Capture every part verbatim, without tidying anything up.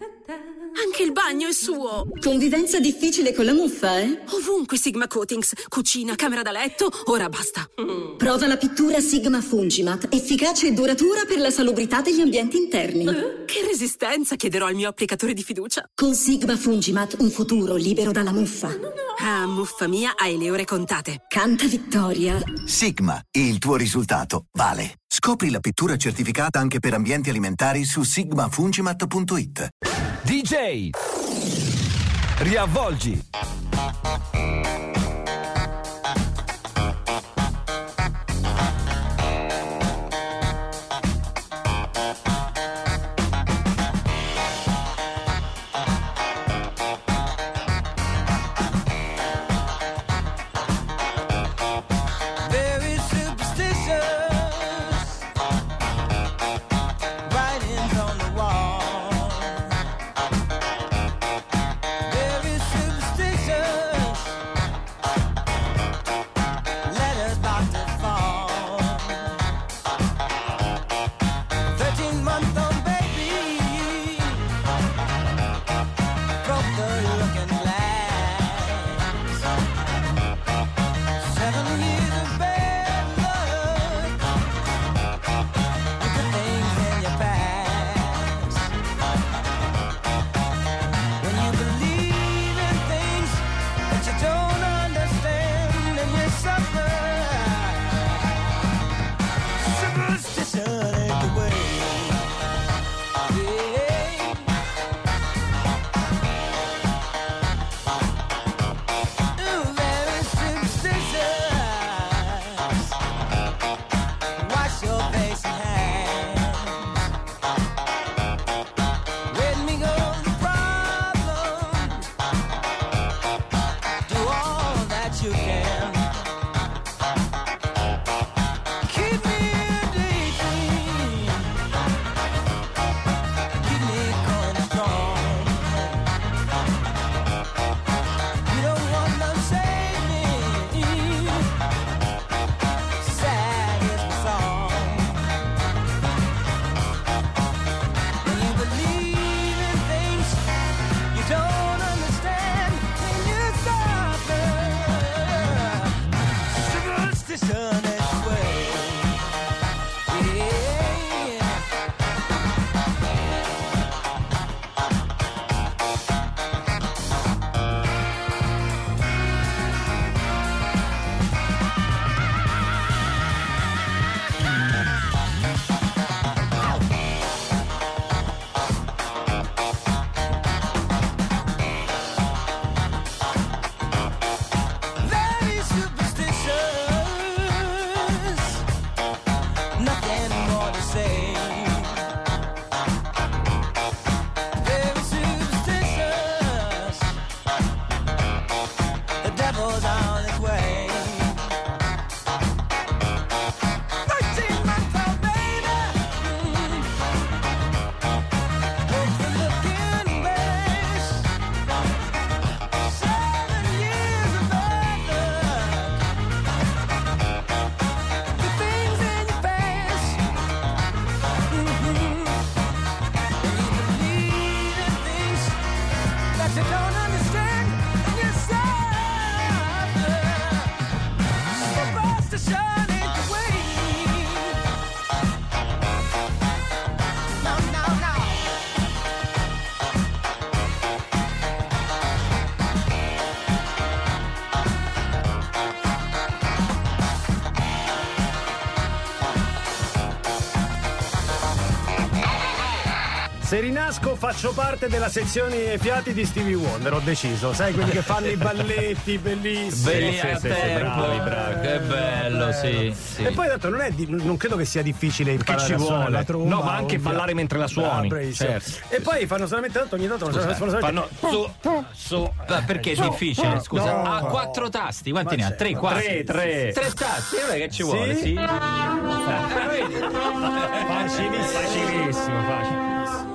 Anche il bagno è suo. Convivenza difficile con la muffa, eh? Ovunque Sigma Coatings. Cucina, camera da letto, ora basta. Mm. Prova la pittura Sigma Fungimat, efficace e duratura per la salubrità degli ambienti interni. Eh? Che resistenza, chiederò al mio applicatore di fiducia. Con Sigma Fungimat un futuro libero dalla muffa. No, no. Ah, muffa mia, hai le ore contate. Canta vittoria. Sigma, il tuo risultato vale. Scopri la pittura certificata anche per ambienti alimentari su sigma fungimat punto it. D J Riavvolgi. Se rinasco faccio parte della sezione fiati di Stevie Wonder, ho deciso. Sai, quelli che fanno i balletti bellissimi. Belli Sì, a sì, sì, tempo. bravi, bravi. Che bello, sì, sì. E poi tanto non è di- non credo che sia difficile imparare ci a suonare vuole. la tromba. No, ma anche ovvia. ballare mentre la suoni. Ah, bravissimo. Certo. E poi fanno solamente tanto ogni tanto Scusa, fanno solamente fanno su, su. Ma perché è Su. difficile? Scusa, No. ha quattro tasti. Quanti Ma ne ha? c'è- Tre, quattro. tre, tre. Tre tasti. E allora che ci Sì? vuole? Sì. Facilissimo, facilissimo, facilissimo.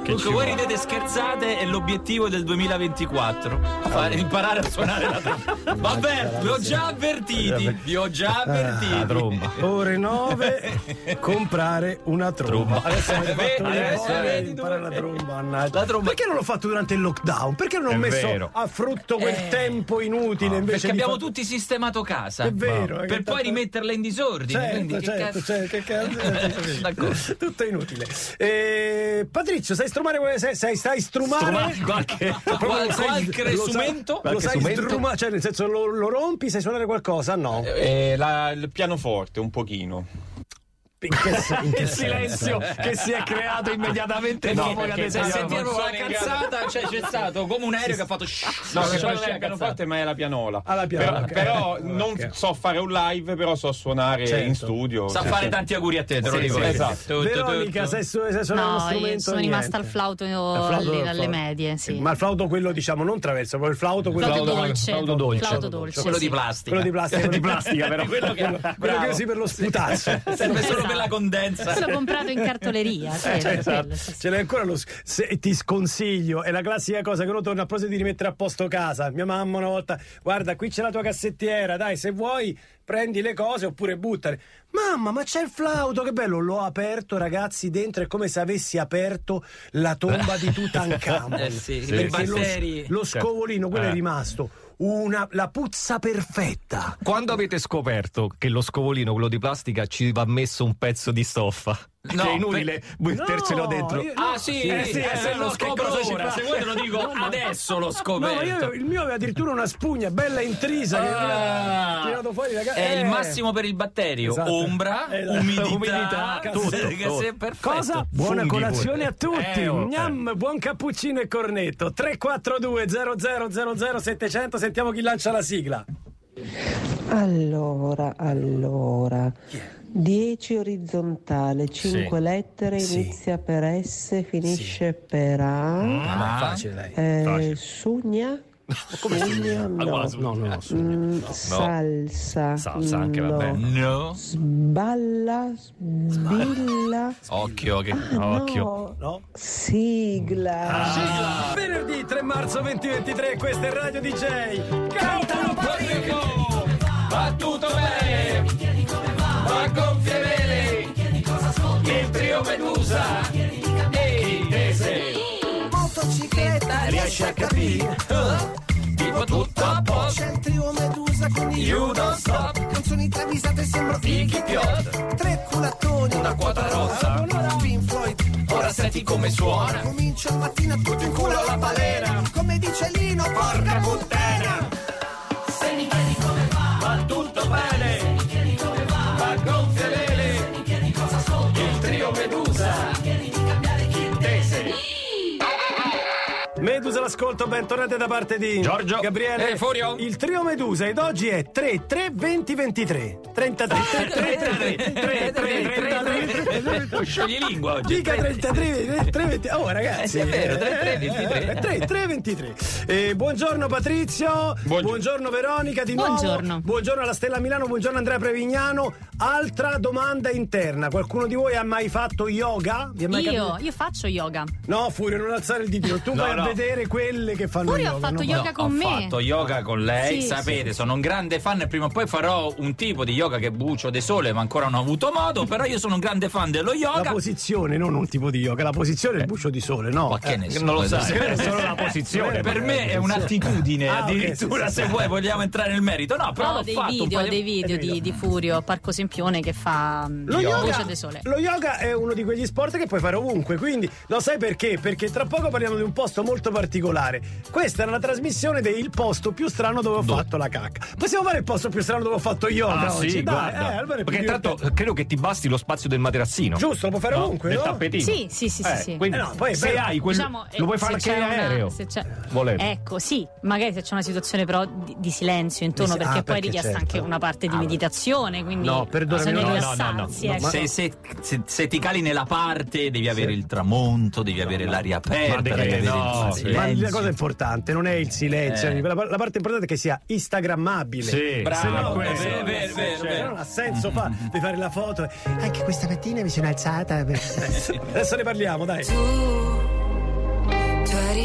Comunque voi ridete, scherzate, e l'obiettivo del duemilaventiquattro fare, imparare a suonare la tromba. Vabbè, vi ho già avvertiti, vi ho già avvertiti. Ah, tromba. Ore nove, comprare una tromba. Adesso avete fatto un'idea di imparare la tromba, la tromba. Perché non l'ho fatto durante il lockdown? Perché non ho È messo vero. a frutto quel Eh. tempo inutile No, invece perché di abbiamo fa- tutti sistemato casa. È vero, No. è Per che poi tanto- rimetterla in disordine. Certo, quindi che certo, cazzo. certo, che cazzo. D'accordo. Tutto inutile. Eh, Patrizio, sai strumare? Sai, sai, sai strumare? Strumare qualche- Proprio qual- lo sai- qualche lo sai- strumento? Lo Qualche sai strumento? strumare? Cioè, nel senso, lo, lo rompi, sai suonare qualcosa? No. Eh, la- il pianoforte un pochino. In che, se- in che Il senso? silenzio che si è creato immediatamente Perché, dopo che perché ha se detto sentivo non la sono in grado- cazzata, cioè c'è stato come un aereo che ha fatto No, che sono poi non è il cazzate. pianoforte, ma è la pianola. Ah, la pianola, Però, ok. però non Ok. so fare un live, però so suonare Certo. in studio. Sa Sì, fare sì. tanti auguri a te, te lo Sì, dico sì, io. esatto. Tu, tu, tu, Veronica, tu. sai, su- sai suonare uno No, strumento? io sono rimasta Niente. al flauto, Il flauto lì del alle flauto. medie, sì. Ma il flauto quello, diciamo, non traverso, poi il flauto quello Flauto flauto- dolce. flauto dolce. Flauto dolce, quello sì. di plastica. quello di plastica, Di plastica, però. quello che, quello Bravo. che usi per lo sputaccio. Serve solo per la condensa. L'ho comprato in cartoleria, sì, per Esatto. quello, sì, sì. Ce l'hai ancora lo s- se ti sconsiglio, è la classica cosa che uno torna a proposito di rimettere a posto casa. Mia mamma una volta, guarda, qui c'è la tua cassettiera, dai, se vuoi prendi le cose oppure buttale. Mamma, ma c'è il flauto, che bello! L'ho aperto, ragazzi, dentro è come se avessi aperto la tomba di Tutankhamon. Eh sì, Perché i batteri. lo, lo scovolino, quello Eh. è rimasto una, la puzza perfetta. Quando avete scoperto che lo scovolino, quello di plastica, ci va messo un pezzo di stoffa? No, che è inutile mettercelo No, dentro. io- Ah sì, Eh, sì, sì, eh, eh, se lo che scopro cosa ci ora, fa? se vuoi te lo dico No, ma- adesso l'ho No, ma scoperto. io, il mio aveva addirittura una spugna bella intrisa che Ah. aveva tirato fuori la ca- È eh. il massimo per il batterio, Esatto. ombra, Esatto. umidità, Umidità, tutto, tutto, che sia perfetto. Cosa? Buona Funghi colazione pure. a tutti. Eh, oh, Gnam, buon cappuccino e cornetto. tre quattro due zero zero zero zero settecento. Sentiamo chi lancia la sigla. Allora, allora, dieci orizzontale, cinque lettere, Sì. inizia per S, finisce per A, Ah, facile dai. eh, sugna, sugna, no, Allora, su- No, no, no. Mm, salsa, Salsa anche, va no. bene. No. Sballa, sbilla, Occhio che Occhio. no, No? sigla. Venerdì tre marzo duemilaventitré, questa è Radio D J. Cantalo Patrico! va tutto bene, va gonfie vele, il trio Medusa e Tese. Motocicletta, Riesci a capire? Tipo tutto a posto. c'è il trio Medusa con i You don't stop. canzoni travisate, sembro Iggy Pop, tre culattoni, una quota rossa. Pink Floyd. Ora senti come suona. Comincia la mattina tutto in culo alla balena, come dice Lino, porca puttana. Se mi chiedi come va, va tutto bene. Se mi chiedi come va, va gonfie vele. Se mi chiedi cosa ascolto, il trio Medusa. Se mi chiedi di cambiare chi te sei. Medusa l'ascolto, bentornate da parte di Giorgio. Gabriele. Eh, Furio. Il trio Medusa ed oggi è tre tre venti ventitré. trentatré tre tre tre tre. Sciogli lingua oggi. Dica trentatré tre venti. Oh ragazzi, Eh, sì, è vero, trentatré ventitré. tre tre ventitré. Eh, buongiorno Patrizio, buongiorno. buongiorno Veronica di nuovo. Buongiorno. Buongiorno alla Stella Milano, buongiorno Andrea Prevignano. Altra domanda interna, qualcuno di voi ha mai fatto yoga? Vi è mai Io, capitato? io faccio yoga. No, Furio, non alzare il ditino, tu No, vai no. a vedere quelle che fanno Furio yoga. ha fatto no? yoga con ho me. fatto yoga con lei, Sì, sapete, sì. sono un grande fan e prima o poi farò un tipo di yoga che è bucio de sole, ma ancora non ho avuto modo, però io sono un grande fan dello La yoga. posizione, non un tipo di yoga, la posizione è il bucio di sole, no? Ma che Eh, ne so, Non lo dai. sai, è solo la posizione. Per me è un'attitudine, Ah, ok, addirittura sì, sì, se sì. vuoi vogliamo entrare nel merito. No, però No, l'ho dei fatto un video, paio- dei video di, di Furio a Parco Sempione che fa mm, Lo yoga, Voce de Sole. lo yoga è uno di quegli sport che puoi fare ovunque, quindi lo sai perché? Perché tra poco parliamo di un posto molto particolare. Questa era la trasmissione del posto più strano dove ho fatto la cacca. Possiamo fare il posto più strano dove ho fatto yoga Ah oggi? sì, Dai, guarda. eh, allora è più Perché tanto divertente. credo che ti basti lo spazio del materazzino. Giusto, lo può fare No? ovunque, Del no? tappetino. Sì, sì, sì, sì, Eh, sì. quindi Eh no, poi è se bello. hai quel, Diciamo, eh, lo puoi fare se anche in c'è una- aereo. se c'è- volendo. Ecco, sì, magari se c'è una situazione però di, di silenzio intorno, Di si- perché ah, poi è perché richiesta certo. anche una parte di meditazione, quindi No, perdonami, bisogna no, no, rilassarsi. no, no, ecco. Se, se- se- se ti cali nella parte devi avere il tramonto, devi avere l'aria aperta, Ma devi che avere no, il sì. Ma silenzio. la cosa importante non è il silenzio, Eh. la, la parte importante è che sia instagrammabile. Sì, Bravo, Se no, è eh, vero, è vero, è vero, se è vero. no non ha senso fa di fare la foto. Anche questa mattina mi sono alzata. Adesso ne parliamo, dai.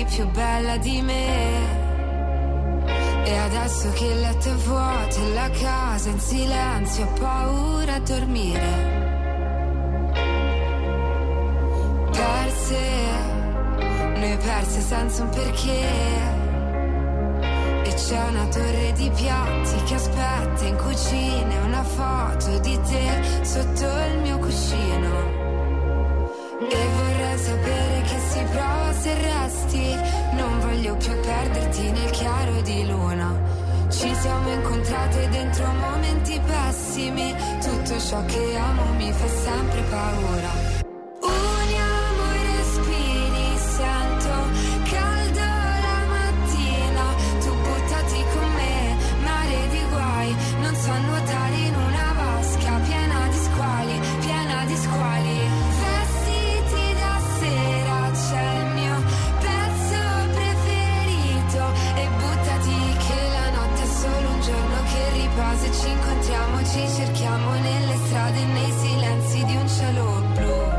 eri più bella di me. E adesso che il letto è vuoto e la casa in silenzio, ho paura a dormire. Perse, noi perse senza un perché. E c'è una torre di piatti che aspetta in cucina e una foto di te sotto il mio cuscino. E vorrei sapere che si prova se resti. Non voglio più perderti nel chiaro di luna. Ci siamo incontrate dentro momenti pessimi. Tutto ciò che amo mi fa sempre paura. Uniamo i respiri, sento caldo la mattina. Tu buttati con me, mare di guai. Non so nuotare in una vasca piena di squali, piena di squali. Vestiti da sera, c'è il mio pezzo preferito. E buttati che la notte è solo un giorno che riposa. E ci incontriamo, ci cerchiamo nelle strade e nei silenzi di un cielo blu.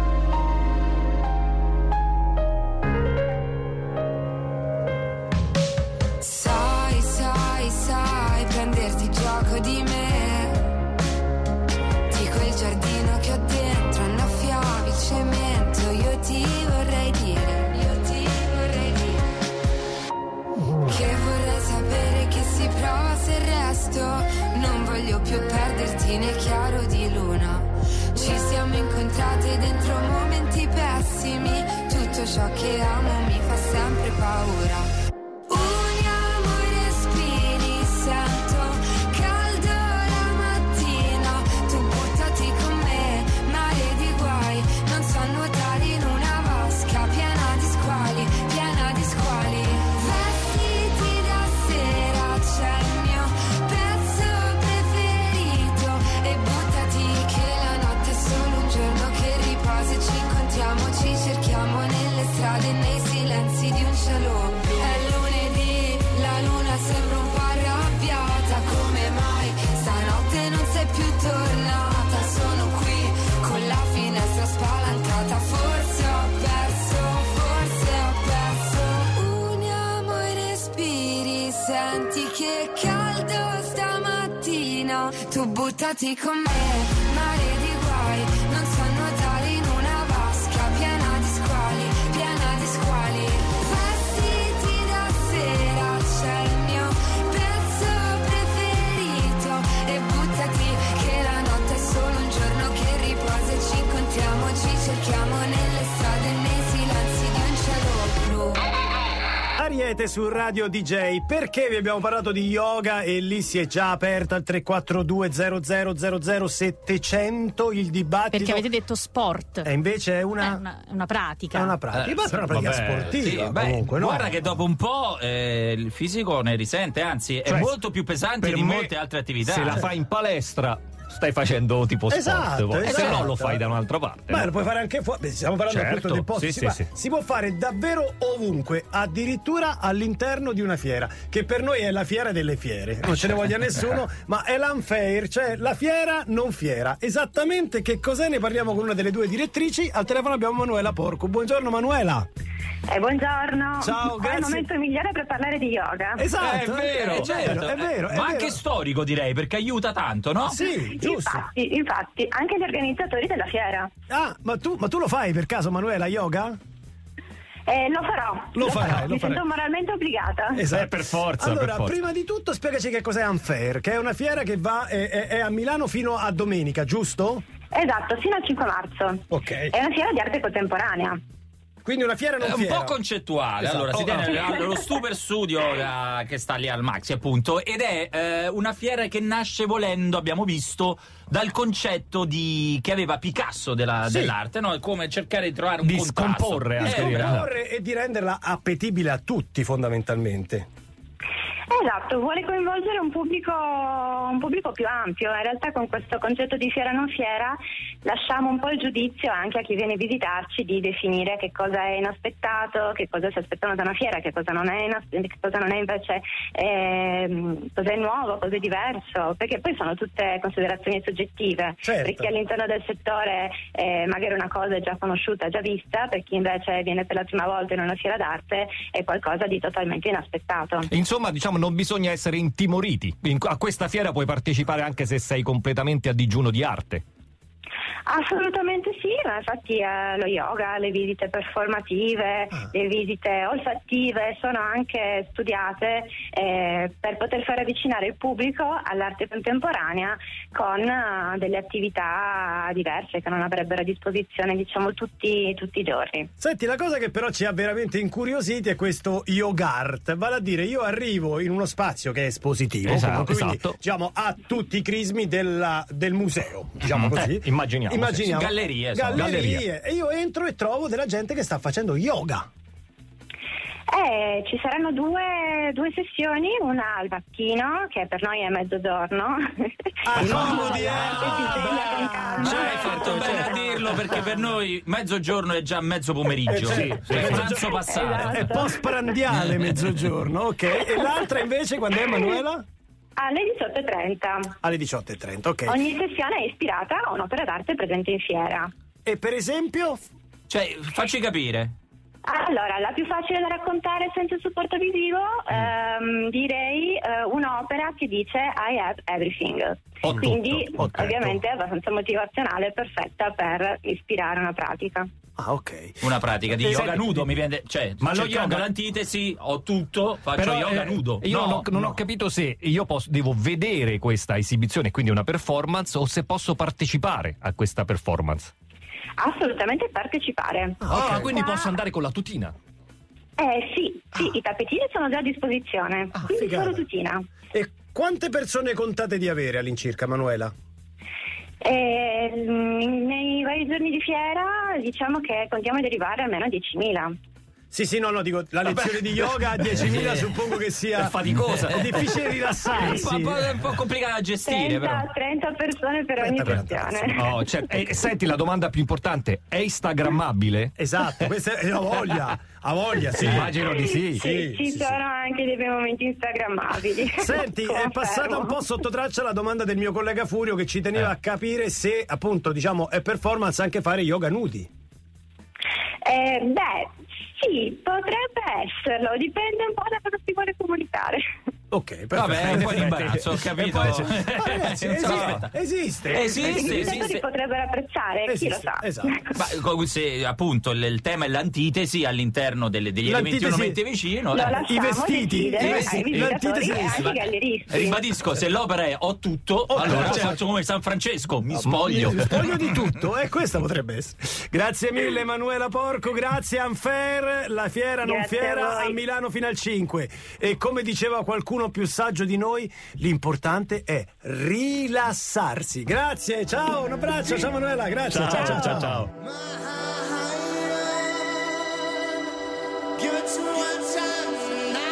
Sai, sai, sai prenderti gioco di me. Di quel giardino che ho dentro annaffiavi il cemento. Io ti vorrei dire, io ti vorrei dire che vorrei sapere che si prova se resto. Non voglio più perderti nel chiaro di luna. Ci siamo incontrate dentro momenti pessimi. Tutto ciò che amo mi fa sempre paura. Uniamo i respiri, sento caldo la mattina. Tu buttati con me, mare di guai. Non so nuotare in una vasca piena di squali, piena di squali. Vestiti da sera, c'è il mio pezzo preferito. E buttati che la notte è solo un giorno che riposa. E ci incontriamo, ci cerchiamo nelle strade e nei silenzi di un cielo blu. È lunedì, la luna sembra un po' arrabbiata. Come mai stanotte non sei più tornata? Sono qui con la finestra spalancata. Forse ho perso, forse ho perso. Uniamo i respiri, senti che caldo stamattina. Tu buttati con me, mare di guai. Non so nuotare in una vasca piena di squali, piena di squali. Vestiti da sera, c'è il mio pezzo preferito. E buttati che la notte è solo un giorno che riposa. E ci incontriamo, ci cerchiamo nelle strade e nei silenzi di un cielo blu. Ariete su Radio D J. Perché vi abbiamo parlato di yoga e lì si è già aperta il tre quattro due zero zero zero zero settecento il dibattito. Perché avete detto sport. E invece è una, è una, una pratica. È una pratica, Eh, ma è una pratica vabbè, sportiva sì, beh, comunque, no? guarda che dopo un po' eh, il fisico ne risente, anzi è Cioè, molto più pesante per di me, molte altre attività. Se la fai in palestra stai facendo tipo Esatto, sport, esatto. se no lo fai da un'altra parte. Ma no? lo puoi fare anche fuori. Beh, stiamo parlando Certo, appunto del posto. sì, si, sì, fa- sì. si può fare davvero ovunque, addirittura all'interno di una fiera, che per noi è la fiera delle fiere. Non ce ne voglia nessuno, ma è l'Unfair, cioè la fiera non fiera. Esattamente che cos'è? Ne parliamo con una delle due direttrici. Al telefono abbiamo Manuela Porco. Buongiorno Manuela. Eh, buongiorno. Ciao, È grazie. il momento migliore per parlare di yoga. Esatto, è vero, è certo. vero, è vero, è ma vero. anche storico, direi, perché aiuta tanto, no? Sì, giusto. Infatti, infatti, anche gli organizzatori della fiera. Ah, ma tu, ma tu lo fai per caso, Manuela, yoga? Eh, lo farò. Lo farai, farò. lo Mi farai. sento moralmente obbligata. Esatto. Eh, per forza, Allora, per forza. prima di tutto spiegaci che cos'è Unfair, che è una fiera che va è, è- è a Milano fino a domenica, giusto? Esatto, fino al cinque marzo. Ok. È una fiera di arte contemporanea. Quindi una fiera non È un fiera. po' concettuale. Esatto. Allora, si Oh, tiene oh. allo Super Studio eh, che sta lì al Maxi, appunto, ed è eh, una fiera che nasce volendo, abbiamo visto, dal concetto di che aveva Picasso della- Sì. dell'arte, no? È come cercare di trovare un Di contrasto. scomporre, Eh, anche dire. bravo. Scomporre e di renderla appetibile a tutti, fondamentalmente. Esatto, vuole coinvolgere un pubblico, un pubblico più ampio. In realtà con questo concetto di fiera non fiera lasciamo un po' il giudizio anche a chi viene a visitarci di definire che cosa è inaspettato, che cosa si aspettano da una fiera, che cosa non è, inas- che cosa non è invece eh, cosa è nuovo, cosa è diverso, perché poi sono tutte considerazioni soggettive. Certo. Per chi all'interno del settore eh, magari una cosa è già conosciuta, già vista, per chi invece viene per la prima volta in una fiera d'arte è qualcosa di totalmente inaspettato. Insomma, diciamo, non bisogna essere intimoriti. In- a questa fiera puoi partecipare anche se sei completamente a digiuno di arte. Assolutamente sì, ma infatti eh, lo yoga, le visite performative, ah. le visite olfattive sono anche studiate eh, per poter far avvicinare il pubblico all'arte contemporanea con uh, delle attività diverse che non avrebbero a disposizione, diciamo, tutti, tutti i giorni. Senti, la cosa che però ci ha veramente incuriositi è questo yoga art, vale a dire io arrivo in uno spazio che è espositivo, esatto, quindi esatto. diciamo ha tutti i crismi della, del museo, diciamo così. Eh, immaginiamo. Immaginiamo. Gallerie, Gallerie. Gallerie. E io entro e trovo della gente che sta facendo yoga. Eh, ci saranno due, due sessioni, una al mattino, che per noi è mezzogiorno. Ah, comodi, eh! Cioè, hai fatto bene a dirlo, perché per noi mezzogiorno è già mezzo pomeriggio. Eh, sì, sì. È pranzo passato. Esatto. È post-prandiale mezzogiorno, ok. E l'altra invece quando è, Emanuela? Alle diciotto e trenta. Alle diciotto e trenta, ok. Ogni sessione è ispirata a un'opera d'arte presente in fiera. E per esempio? Cioè, facci capire. Allora, la più facile da raccontare senza supporto visivo, ehm, direi eh, un'opera che dice I have everything. Ho Quindi tutto, ok. ovviamente è abbastanza motivazionale, perfetta per ispirare una pratica. Ah, ok. Una pratica di Eh, yoga senti, nudo, mi viene, cioè, ma ma lo lo yoga- l'antitesi, ho tutto, faccio Però, yoga eh, nudo. Io no, non, ho, non no. ho capito se io posso, devo vedere questa esibizione, quindi una performance, o se posso partecipare a questa performance. Assolutamente partecipare. Ah, ok. quindi Qua- posso andare con la tutina. Eh sì, sì, i tappetini sono già a disposizione, Ah, quindi figata. solo tutina. E quante persone contate di avere all'incirca, Manuela? Eh, nei vari giorni di fiera diciamo che contiamo di arrivare almeno a diecimila. Sì, sì, no, no, dico, la lezione di yoga a diecimila suppongo che sia È faticosa. È difficile rilassarsi. È un po', è un po' complicata da gestire, però. trenta, trenta persone per ogni trenta, sessione. Oh, cioè, e, senti, la domanda più importante, è instagrammabile? Esatto, questa è la voglia, a voglia, sì. Immagino di sì. Sì, ci sì, sono sì. anche dei bei momenti instagrammabili. Senti, è Confermo. passata un po' sotto traccia la domanda del mio collega Furio che ci teneva Eh. a capire se, appunto, diciamo, è performance anche fare yoga nudi. Eh, beh, sì, potrebbe esserlo, dipende un po' da cosa si vuole comunicare. Ok, perfetto. Vabbè, è un po' di In imbarazzo, ho effetti. capito. E poi c'è- Ma ragazzi, Non so. esiste, esiste. Esiste, I visitatori esiste. potrebbero apprezzare, chi lo Esiste, sa. esatto. Ma co- se appunto il, il tema è l'antitesi all'interno delle- degli elementi L'antitesi- uno mette vicino, Lo eh. lasciamo I vestiti, decidere i vestiti, ai visitatori l'antitesi e esiste. ai galleristi. Ribadisco, se l'opera è ho tutto, allora certo. faccio come San Francesco, mi spoglio. Mi spoglio di tutto, e eh, questa potrebbe essere. Grazie mille Emanuela Porco, grazie Anfer, la fiera non Grazie fiera a a, voi. Milano fino al cinque. E come diceva qualcuno più saggio di noi, l'importante è rilassarsi. Grazie, ciao, un abbraccio, ciao Manuela, grazie. Ciao, ciao, ciao. ciao. Give it to one time now.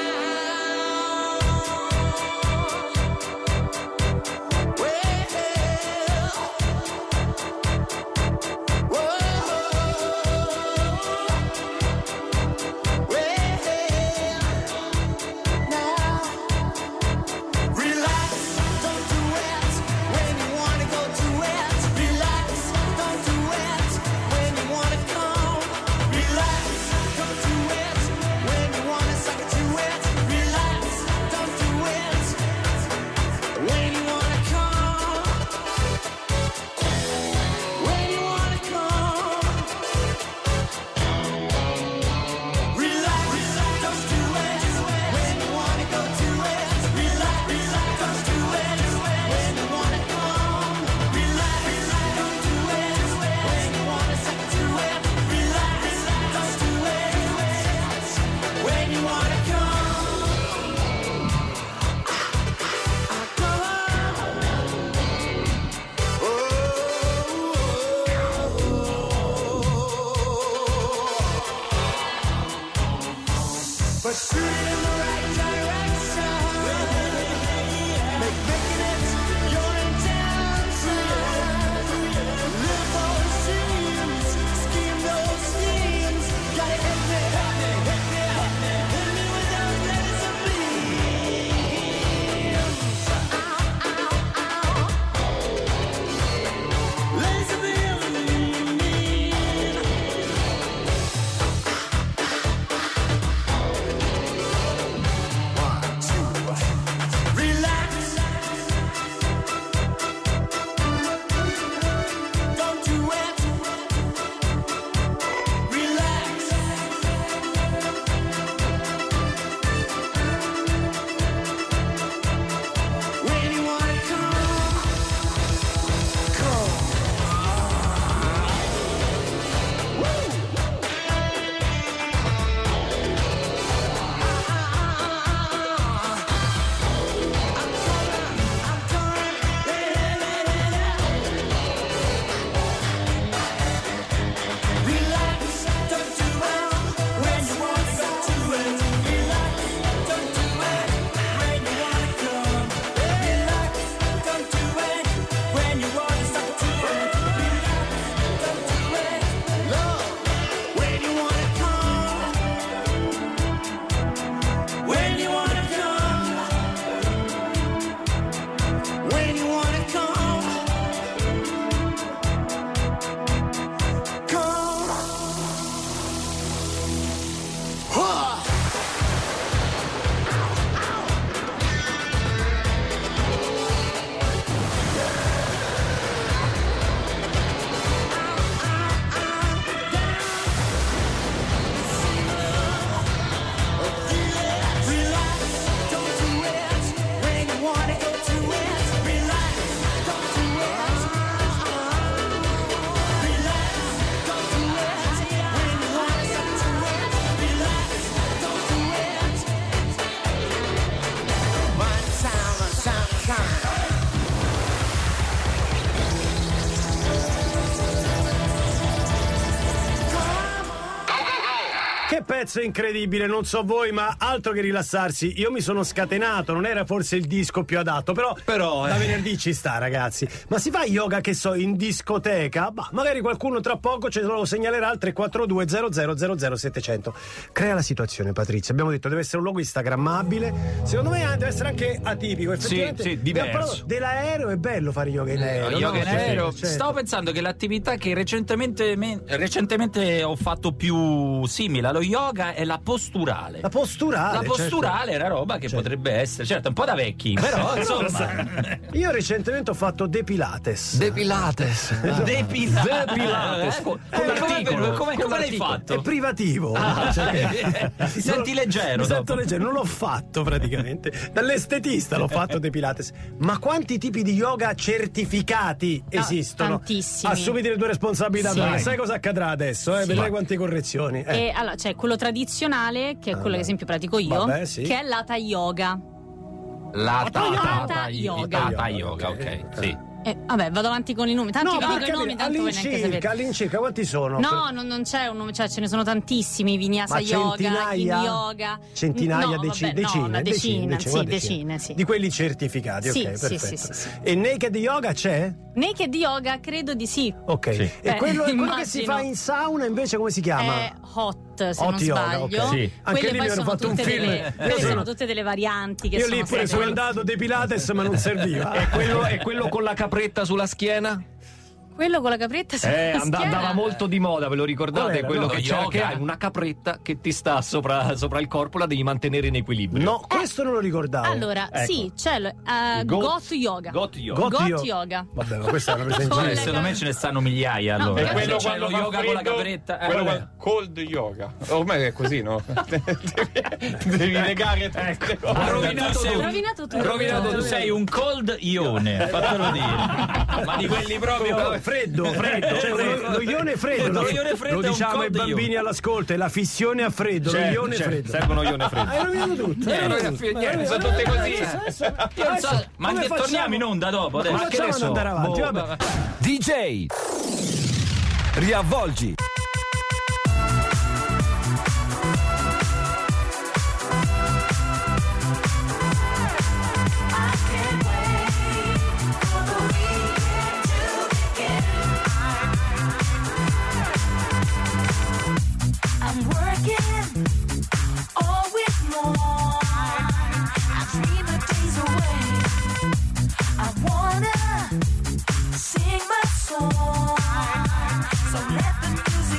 But shoot in the right direction. pezzo incredibile, non so voi, ma altro che rilassarsi. Io mi sono scatenato, non era forse il disco più adatto, però, Però, da eh. venerdì ci sta, ragazzi. Ma si fa yoga, che so, in discoteca? Bah, magari qualcuno tra poco ce lo segnalerà al tre quattro due zero zero zero zero settecento. Crea la situazione, Patrizia. Abbiamo detto deve essere un luogo instagrammabile. Secondo me deve essere anche atipico. Effettivamente, Sì, sì, abbiamo diverso. parlato dell'aereo, è bello fare yoga in aereo. Yoga no? in Sì, aereo. certo. Stavo pensando che l'attività che recentemente, me- recentemente ho fatto più simile allo yoga è la posturale. La posturale. La posturale certo. è una roba che Certo. potrebbe essere, certo, un po' da vecchi, però insomma. Io recentemente ho fatto depilates. Depilates. Depilates. Depilates. Co- Eh, con come, l'articolo. come, Con come l'hai l'articolo. fatto? È privativo. Ah, Cioè, ti senti leggero Mi sento dopo. leggero, non l'ho fatto praticamente. Dall'estetista l'ho fatto depilates. Ma quanti tipi di yoga certificati No, esistono? tantissimi. Assumiti le tue responsabilità, Sì. perché sai cosa accadrà adesso? Eh? Sì. Vedrai quante correzioni. Eh. E allora c'è quello tradizionale, che è quello che ad esempio pratico io, Vabbè, sì. che è l'Hatha Yoga. L'Hatha Hatha yoga. Hatha yoga, ok, sì. Eh, vabbè, vado avanti con i nomi. Tanti No, vi ma dico i nomi, capire, tanto voi neanche sapete. all'incirca, all'incirca quanti sono? No, non, non c'è un nome, cioè ce ne sono tantissimi, Vinyasa Ma Yoga, centinaia? Yin Yoga. Centinaia, no, deci- vabbè, decine, no, una decine, decina, decine, sì, una decine, sì. Di quelli certificati, Sì, ok, sì, perfetto. sì, sì, sì. E naked yoga c'è? Naked Yoga credo di sì. Ok. E Eh, quello, quello che si immagino. fa in sauna invece come si chiama? È hot, se Hot non yoga, sbaglio. ok. Sì. Anche Quelle lì poi mi hanno sono fatto un tutte film. delle, Io poi sono- sono tutte delle varianti che Io sono lì pure state- sono andato de Pilates ma non serviva. E quello, e quello con la capretta sulla schiena? Quello con la capretta sulla Eh, and- schiena. andava molto di moda, ve lo ricordate? Qual era? Quello No, che lo c'è, yoga. che hai una capretta che ti sta sopra, sopra il corpo, la devi mantenere in equilibrio. No, questo non lo ricordavo. Allora, Ecco. sì, c'è l- eh, Goat- Goat Yoga. Goat yoga. Goat Goat yoga. yoga. Vabbè, ma questa è una presa in Con giro. le- Secondo me ce ne stanno migliaia No, allora. però- Quello c'è quando lo fa yoga con la freddo, capretta. eh, quello vabbè. qua- cold yoga. Ormai è così, no? devi, devi negare tutte le cose. Ha rovinato Hai tu. rovinato tutto. Rovinato tu sei un cold ione, fatelo dire. Ma di quelli proprio Freddo, freddo. Cioè, lo, lo ione freddo. Lo la- ione freddo lo è un diciamo ai cold bambini ione. all'ascolto, è la fissione a freddo, lo Certo, ione certo, freddo. serve uno ione freddo. Hai rovinato tutto. Eh, hai rovinato non tutto. è- niente, Hai sono rovinato tutte tutto. così. Adesso- Io non so, adesso ma come anche facciamo? torniamo in onda dopo Come adesso. facciamo ad andare avanti? Boh, Vabbè. D J Riavvolgi. I'm working all week long. I dream of days away. I wanna sing my song. So let the music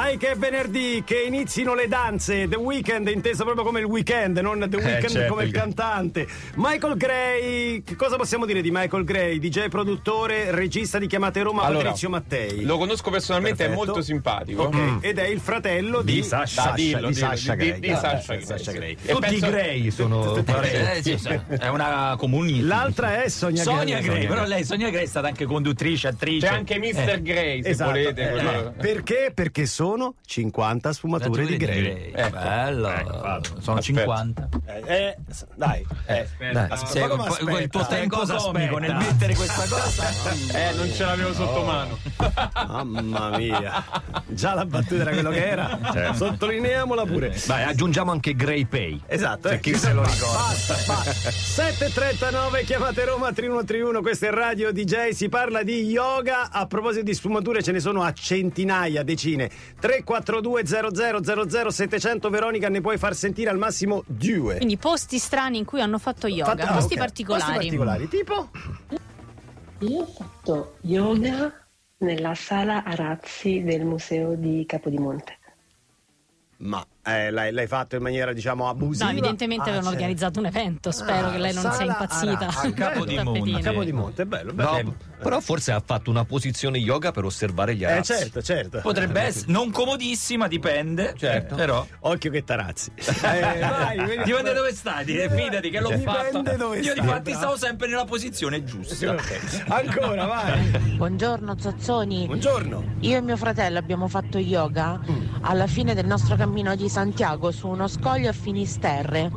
Dai che è venerdì, che inizino le danze. The Weeknd, inteso proprio come il weekend, non The Weeknd eh, certo, come il cantante. Michael Gray, che cosa possiamo dire di Michael Gray? D J, produttore, regista di Chiamate Roma, allora, Patrizio Mattei. Lo conosco personalmente, Perfetto. è molto simpatico. Ok, Mm. ed è il fratello di, Di Sasha, Sasha, dillo, di dillo, Sasha di- Gray. di Ah, Sasha eh, Sasha Gray. Gray. Tutti i Gray sono Eh, sì, sì, è una comunità. L'altra è Sonia, Sonia Gray. Gray, però lei Sonia Gray è stata anche conduttrice, attrice. C'è anche mister Eh. Gray, se Esatto, volete. eh, quello- perché? Perché sono cinquanta sfumature di Gray. Eh, bello. Sono Aspetta. cinquanta. Eh, eh, dai, eh, Dai, aspetta, se- ma come poi- quel tuo aspetta? tempo Cosa comico aspetta? nel mettere questa cosa. Eh, non ce l'avevo sotto mano. Mamma mia, già la battuta era quello che era. Certo. Sottolineiamola pure. Dai, aggiungiamo anche Gray Pay. Esatto, Se eh, chi se lo ricorda. Basta, basta. sette e trentanove, chiamate Roma tre uno tre uno, questo è Radio D J, si parla di yoga. A proposito di sfumature ce ne sono a centinaia, decine. tre quattro due zero zero zero zero settecento, Veronica, ne puoi far sentire al massimo due. Quindi posti strani in cui hanno fatto yoga, Fatta- ah, posti ok. particolari. Posti particolari, tipo? Io ho fatto yoga nella sala Arazzi del museo di Capodimonte. Ma eh, l'hai, l'hai fatto in maniera, diciamo, abusiva? No, evidentemente Ah, avevano certo. organizzato un evento. Spero Ah, che lei non sia sala impazzita. Arazzi. A Capodimonte. A Capodimonte, è bello, bello. No, però forse ha fatto una posizione yoga per osservare gli Eh, arazzi. certo, certo. Potrebbe essere non comodissima, dipende. Certo. Però. Occhio che tarazzi. Eh, vai, vedi- Dipende dove stai, eh, fidati che l'ho Dipende fatto. dove Io stai, infatti bravo. stavo sempre nella posizione giusta. Ok. Ancora, vai. Buongiorno Zozzoni. Buongiorno. Io e mio fratello abbiamo fatto yoga alla fine del nostro cammino di Santiago su uno scoglio a Finisterre.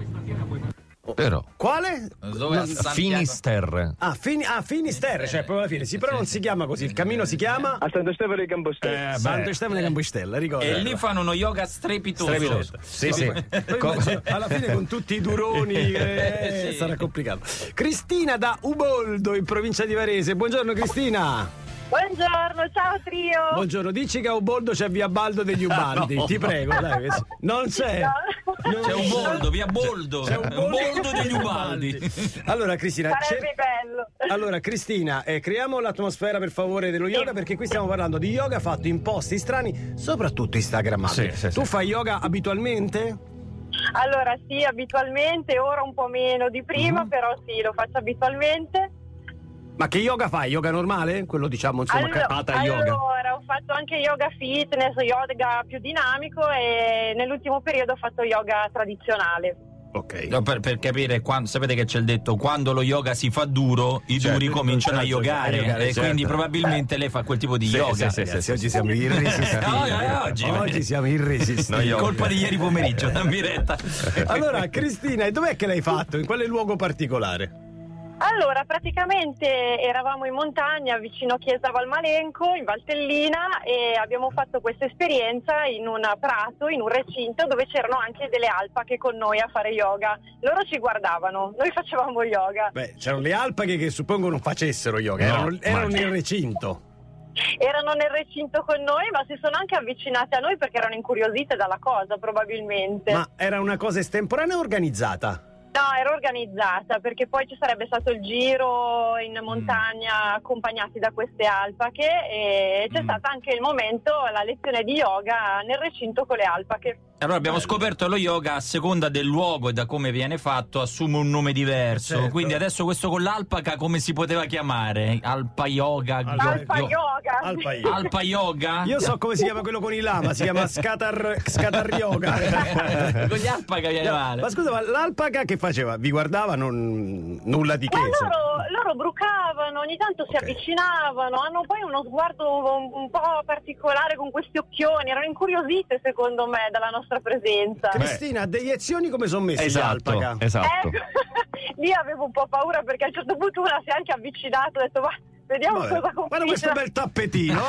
Però. Quale? Dove a Santiago? Finisterre. Ah, Fini- ah, Finisterre, cioè proprio alla fine. Sì, però non si chiama così. Il cammino si chiama A Santo Stefano di Compostela. eh, Santo Stefano di Compostela, ricorda. E lì fanno uno yoga strepitoso. Strepitoso. Sì, sì. Poi Co- invece, alla fine con tutti i duroni eh, Sì. sarà complicato. Cristina da Uboldo in provincia di Varese. Buongiorno Cristina. Buongiorno, ciao trio. Buongiorno, dici che a Uboldo c'è via Baldo degli Ubaldi, No. ti prego, dai. Non c'è. Non C'è un boldo, via Boldo. C'è un Un boldo, boldo degli Ubaldi. Allora Cristina, Sarebbe bello. allora Cristina, eh, creiamo l'atmosfera per favore dello yoga, perché qui stiamo parlando di yoga fatto in posti strani, soprattutto instagrammabili. Sì, sì, Tu sì. fai yoga abitualmente? Allora sì, abitualmente, ora un po' meno di prima, però sì, lo faccio abitualmente. Ma che yoga fai? Yoga normale? Quello diciamo insomma Allora, hatha yoga. allora, ho fatto anche yoga fitness, yoga più dinamico e nell'ultimo periodo ho fatto yoga tradizionale. Ok. No, per, per capire, quando, sapete che c'è il detto, quando lo yoga si fa duro, i Certo, duri cominciano a certo, yogare, a yogare, e certo. quindi probabilmente lei fa quel tipo di Sì, yoga. sì, sì, Ragazzi, sì, oggi siamo irresistibili. No, no, oggi- oggi siamo irresistibili. No, yoga. Colpa di ieri pomeriggio, dammi retta. Allora, Cristina, e dov'è che l'hai fatto? In quale luogo particolare? Allora, praticamente eravamo in montagna vicino Chiesa Valmalenco, in Valtellina, e abbiamo fatto questa esperienza in un prato, in un recinto dove c'erano anche delle alpache con noi a fare yoga. Loro ci guardavano, noi facevamo yoga. Beh, c'erano le alpache che suppongo non facessero yoga, No, erano, erano mai. nel recinto. Erano nel recinto con noi, ma si sono anche avvicinate a noi perché erano incuriosite dalla cosa, probabilmente. Ma era una cosa estemporanea o organizzata? No, era organizzata perché poi ci sarebbe stato il giro in montagna accompagnati da queste alpache e c'è Mm. stato anche il momento, la lezione di yoga nel recinto con le alpache. Allora abbiamo scoperto lo yoga, a seconda del luogo e da come viene fatto, assume un nome diverso. Certo. Quindi adesso questo con l'alpaca come si poteva chiamare? Alpa yoga? Alpa Yo- yoga. Alpa yoga. Alpa yoga? Io so come si chiama quello con i lama, si chiama scatar, scatar yoga. Con gli alpaca viene No, male. ma scusa, ma l'alpaca che faceva? Vi guardava? Non, nulla di che. Ma insomma. loro, loro brucavano, ogni tanto si Ok. avvicinavano, hanno poi uno sguardo un, un po' particolare con questi occhioni, erano incuriosite secondo me dalla nostra presenza. Cristina, deiezioni come sono messi Esatto, gli alpaca? esatto. Eh, lì avevo un po' paura perché a un certo punto una si è anche avvicinato, ho detto va, vediamo Vabbè, cosa guarda combina. questo bel tappetino.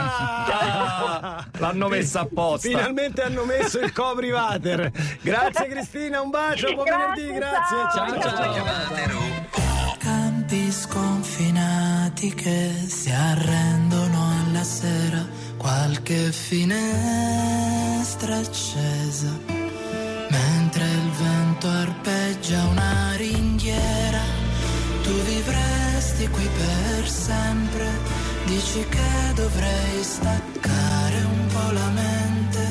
Ah! L'hanno messa apposta. Finalmente hanno messo il coprivater. Grazie Cristina, un bacio, buon Grazie, venerdì, grazie. ciao. Ciao, ciao. Campi sconfinati che si arrendono alla sera, qualche finestra accesa, mentre il vento arpeggia una ringhiera. Tu vivresti qui per sempre, dici che dovrei staccare un po' la mente,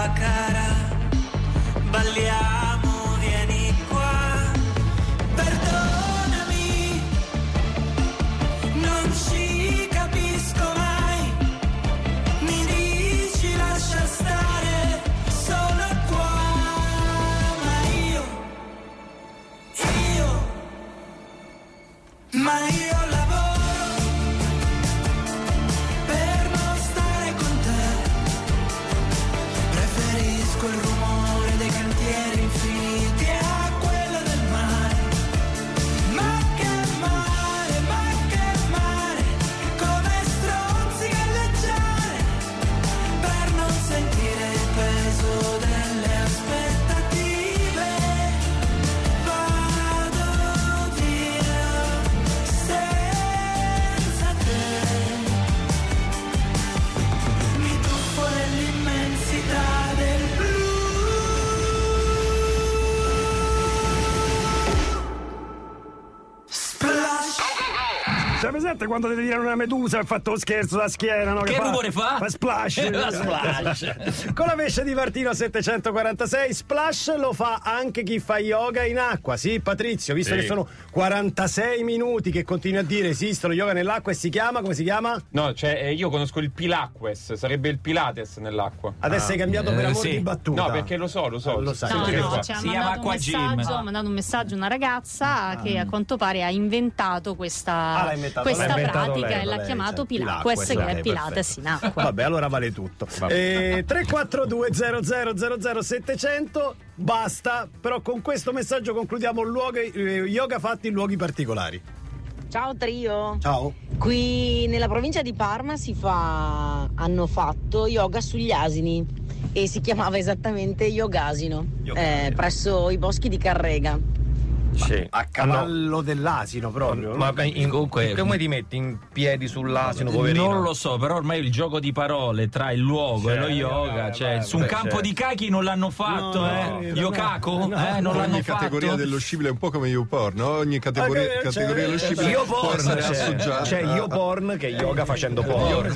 cara, balliamo, vieni qua, perdonami, non ci capisco mai, mi dici lascia stare, sono qua, ma io, io, ma io lavoro per non stare con te, preferisco il rumore dei cantieri infiniti a quello del mare, ma che mare, ma che mare, come stronzi galleggiare, per non sentire il peso delle aspettative, vado via senza te, mi tuffo nell'immensità del blu. C'è presente quando devi tirare una medusa e ha fatto lo scherzo da schiena, no? Che rumore fa? Fa splash. La splash. Con la vescia di Martino settecentoquarantasei, splash lo fa anche chi fa yoga in acqua. Sì, Patrizio, visto Sì. che sono quarantasei minuti che continui a dire esistono yoga nell'acqua e si chiama, come si chiama? No, cioè eh, io conosco il Pilaques, sarebbe il Pilates nell'acqua. Adesso hai cambiato per Eh, amor sì. di battuta. No, perché lo so, lo so. Lo sai. No, Senti che no, qua. ci ha Si mandato, chiama un Aqua Gym. messaggio, ha mandato un messaggio una ragazza che a quanto pare ha inventato questa, Ah, l'ha inventato questa lei. L'ha inventato pratica lei, e l'ha lei, chiamato cioè, Pilates, che Pilates, è Pilates in acqua. Vabbè, allora vale tutto. Eh, tre quattro due zero zero zero zero settecento, basta, però con questo messaggio concludiamo luoghi, eh, yoga fatti in luoghi particolari. Ciao trio. Ciao. Qui nella provincia di Parma si fa hanno fatto yoga sugli asini e si chiamava esattamente yogasino, eh, presso i boschi di Carrega. Sì. A cavallo dell'asino proprio. Ma beh, in- Comunque- come ti metti in piedi sull'asino, poverino? Non lo so, però ormai il gioco di parole tra il luogo Cioè, e lo yoga, vabbè, cioè vabbè, su un vabbè, campo certo. di cachi non l'hanno fatto, No, eh? no, Yokaku, no, eh? Non l'hanno Ogni fatto. categoria dello scibile è un po' come YouPorn, no? Ogni categoria, Ah, che- categoria dello c'è- scibile Io può porn, essere c'è, associata. c'è io porn che è yoga facendo porn.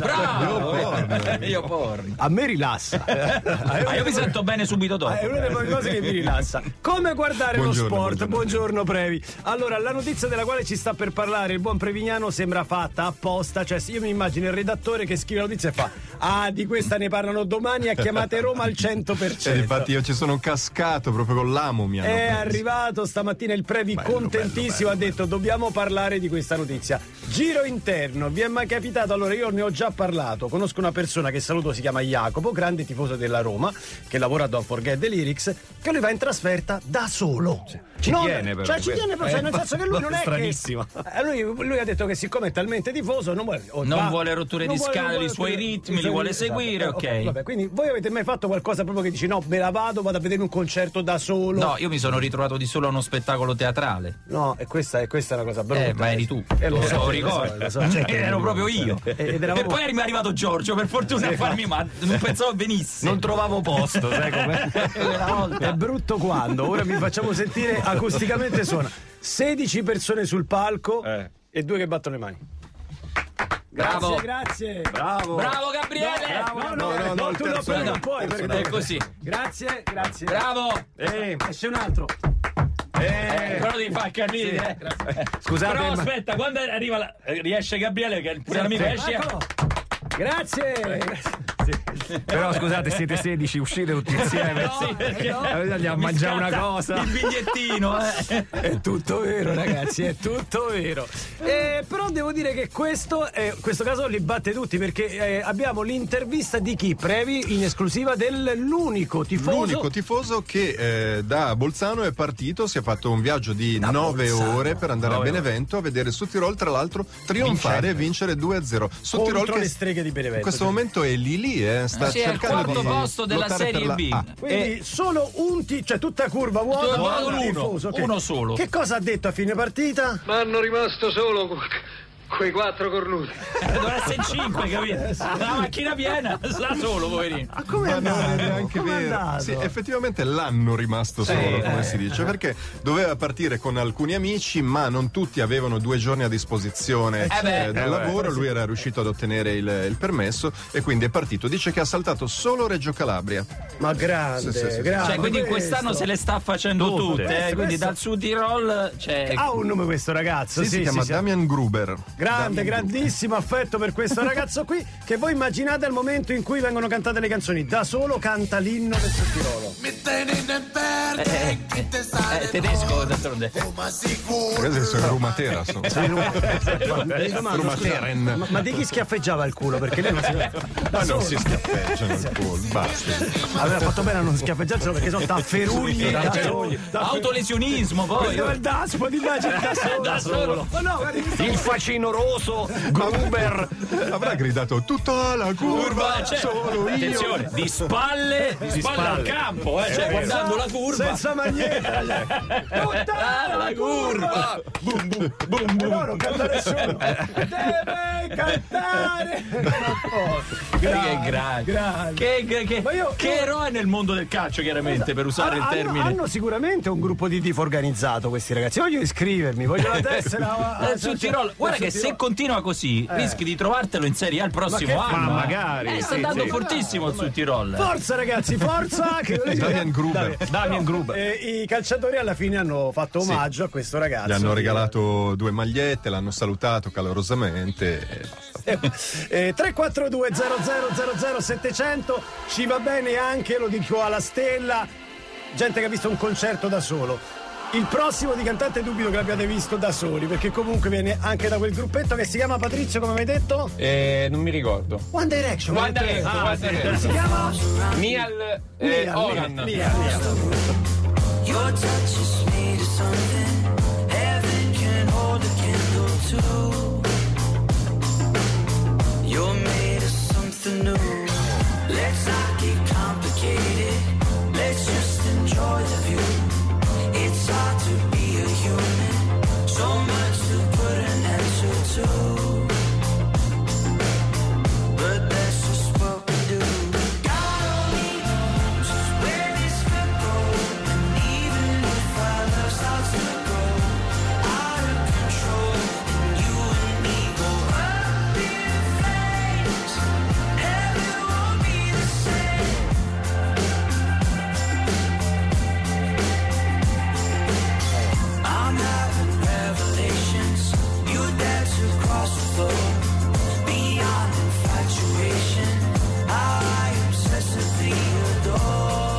Bravo! Io porri. A me rilassa. Ah, io mi sento bene subito dopo. È una delle poche cose che mi rilassa. Come guardare Buongiorno, lo sport? buongiorno. Buongiorno Previ. Allora, la notizia della quale ci sta per parlare il buon Prevignano sembra fatta apposta. Cioè, io mi immagino il redattore che scrive la notizia e fa: ah, di questa ne parlano domani a Chiamate Roma al cento per E cento. infatti io ci sono cascato proprio con l'amo, mi hanno È preso. arrivato stamattina il Previ Bello, contentissimo, bello, bello. ha detto dobbiamo parlare di questa notizia. Giro interno, vi è mai capitato? Allora io ne ho già parlato, conosco una persona che saluto, si chiama Jacopo, grande tifoso della Roma, che lavora a Don't Forget the Lyrics, che lui va in trasferta da solo. Ci Non- tiene però. Cioè ci tiene però, cioè, nel senso che lui non è stranissimo. che... Eh, lui, lui ha detto che siccome è talmente tifoso non vuole... o Non va- vuole rotture non di vuole- non scale, vuole i suoi rotture- ritmi, i suoi li vuole ritmi, seguire, esatto. ok. Vabbè, quindi voi avete mai fatto qualcosa proprio che dici no, me la vado, vado a vedere un concerto da solo? No, io mi sono ritrovato di solo a uno spettacolo teatrale. No, e questa, e questa è una cosa brutta. Eh, ma eri tu. Eh, Lo so, lo ricordo. so, lo so, certo che Ero mi proprio ricordo. io. Ed E eravamo- poi è arrivato Giorgio, per fortuna, Sì. a farmi ma non pensavo venisse. Non trovavo posto, sai com'è? Quella volta. È brutto quando, ora vi facciamo sentire acusticamente suona. sedici persone sul palco Eh. e due che battono le mani. Bravo. Grazie, grazie. Bravo. Bravo Gabriele! No, no, No, no, no, no, il tu no, terzo poi no. non puoi. perché- È così. Grazie, grazie. Bravo! Eh, esce un altro. Eh, però devi far capire. eh. Scusate, Però ma- aspetta, quando arriva la- riesce Gabriele, che è pure l'amico, esce. Eccolo. Grazie. Però scusate, siete sedici, uscite tutti insieme. No, sì, perché Eh, andiamo a mi mangiare una scatta cosa. Il bigliettino, eh. È tutto vero, ragazzi, è tutto vero. Eh, però devo dire che questo, eh, questo caso li batte tutti perché eh, abbiamo l'intervista di chi? Previ in esclusiva dell'unico tifoso. L'unico tifoso che eh, da Bolzano è partito, si è fatto un viaggio di nove ore per andare a Nove Benevento a vedere su Tirol, tra l'altro trionfare e vincere due a zero. Su Contro Tirol le che streghe di Benevento. in questo momento è lì lì, eh, sta Sì, è il cercando quarto di posto della lottare Serie per la B. A. Quindi solo un ti- cioè tutta curva vuota, Tutto ma un uno, tifoso, ok. uno solo. Che cosa ha detto a fine partita? Ma hanno rimasto solo que- quei quattro cornuti. Dovrà essere in cinque, capito? La macchina piena, sta solo, poverino. Ma come è Ma non è andato? neanche Come è vero. andato? Sì, effettivamente l'anno rimasto Sì, solo, come eh. si dice, perché doveva partire con alcuni amici, ma non tutti avevano due giorni a disposizione Eh beh. eh, dal Eh beh. lavoro. Lui era riuscito ad ottenere il, il permesso e quindi è partito. Dice che ha saltato solo Reggio Calabria. Ma grande, Sì, sì, sì. grande. Cioè, quindi questo. quest'anno se le sta facendo Tutte. tutte, eh, Questo- quindi questo- dal Sud Tirol c'è. Ha un nome questo ragazzo, Sì, sì, si chiama sì, Damian Gruber. Grande, Damian grandissimo affetto per questo ragazzo qui, che voi immaginate al momento in cui vengono cantate le canzoni. Da solo canta l'inno del Sud Tirolo. Eh, eh, eh, tedesco d'altronde. Ragazzi, sono Rumatera. Sono. Mi domando, Rumateren. scusa, ma, ma di chi schiaffeggiava il culo? Perché lei non si, da Ma non solo. si schiaffeggiano il culo. Basta. Aveva fatto bene a non schiaffeggiarselo perché sono tafferugli. Da- tafferugli. Autolesionismo poi. Quello è il daspo, ti immagini da solo. Da solo. Ma no, guardi, Il facino roso, Gruber. Avrà gridato tutta la curva, Curva, cioè, solo io. attenzione, di spalle, di spalle al campo, eh, cioè guardando la curva. senza maglietta. Tutta la curva. Boom, boom, boom, boom. No, non canta nessuno. Deve cantare. Che grande. grande. Che, che, che, Ma io- che eroe nel mondo del calcio, chiaramente, per usare il Hanno- termine. Hanno sicuramente un gruppo di tifo organizzato questi ragazzi. Voglio iscrivermi, voglio la tessera. Eh, sul Tirolo. Guarda che se continua così Eh. rischi di trovartelo in Serie A il prossimo Ma che- anno. ma eh. magari, Eh, sta sì, andando sì. fortissimo sul Tirol. Forza ragazzi, forza! Che Damian Gruber. Damian Gruber. Eh, I calciatori alla fine hanno fatto omaggio a questo ragazzo. Gli hanno regalato due magliette, l'hanno salutato calorosamente e basta. Eh, tre quattro due zero zero zero zero settecento, ci va bene anche, lo dico alla Stella, gente che ha visto un concerto da solo. Il prossimo di cantante dubito che l'abbiate visto da soli, perché comunque viene anche da quel gruppetto che si chiama Patrizio, come mi hai detto? Eh, non mi ricordo. One Direction. One mi hai detto. Direction, Ah, One sì. Direction. Si chiama? Niall eh, Liam, Horan. Liam, Liam, Liam. Your touch is made of something heaven can hold a candle to. You're made of something new. Let's not get complicated. Let's just enjoy the view. It's hard to be a human. So much to put an answer to. But that's just what we do. God only knows where this could go. And even if our love starts to go out of control, and you and me go up in flames, heaven won't be the same. I'm having revelations. You dance across the floor. Beyond infatuation, I obsessively adore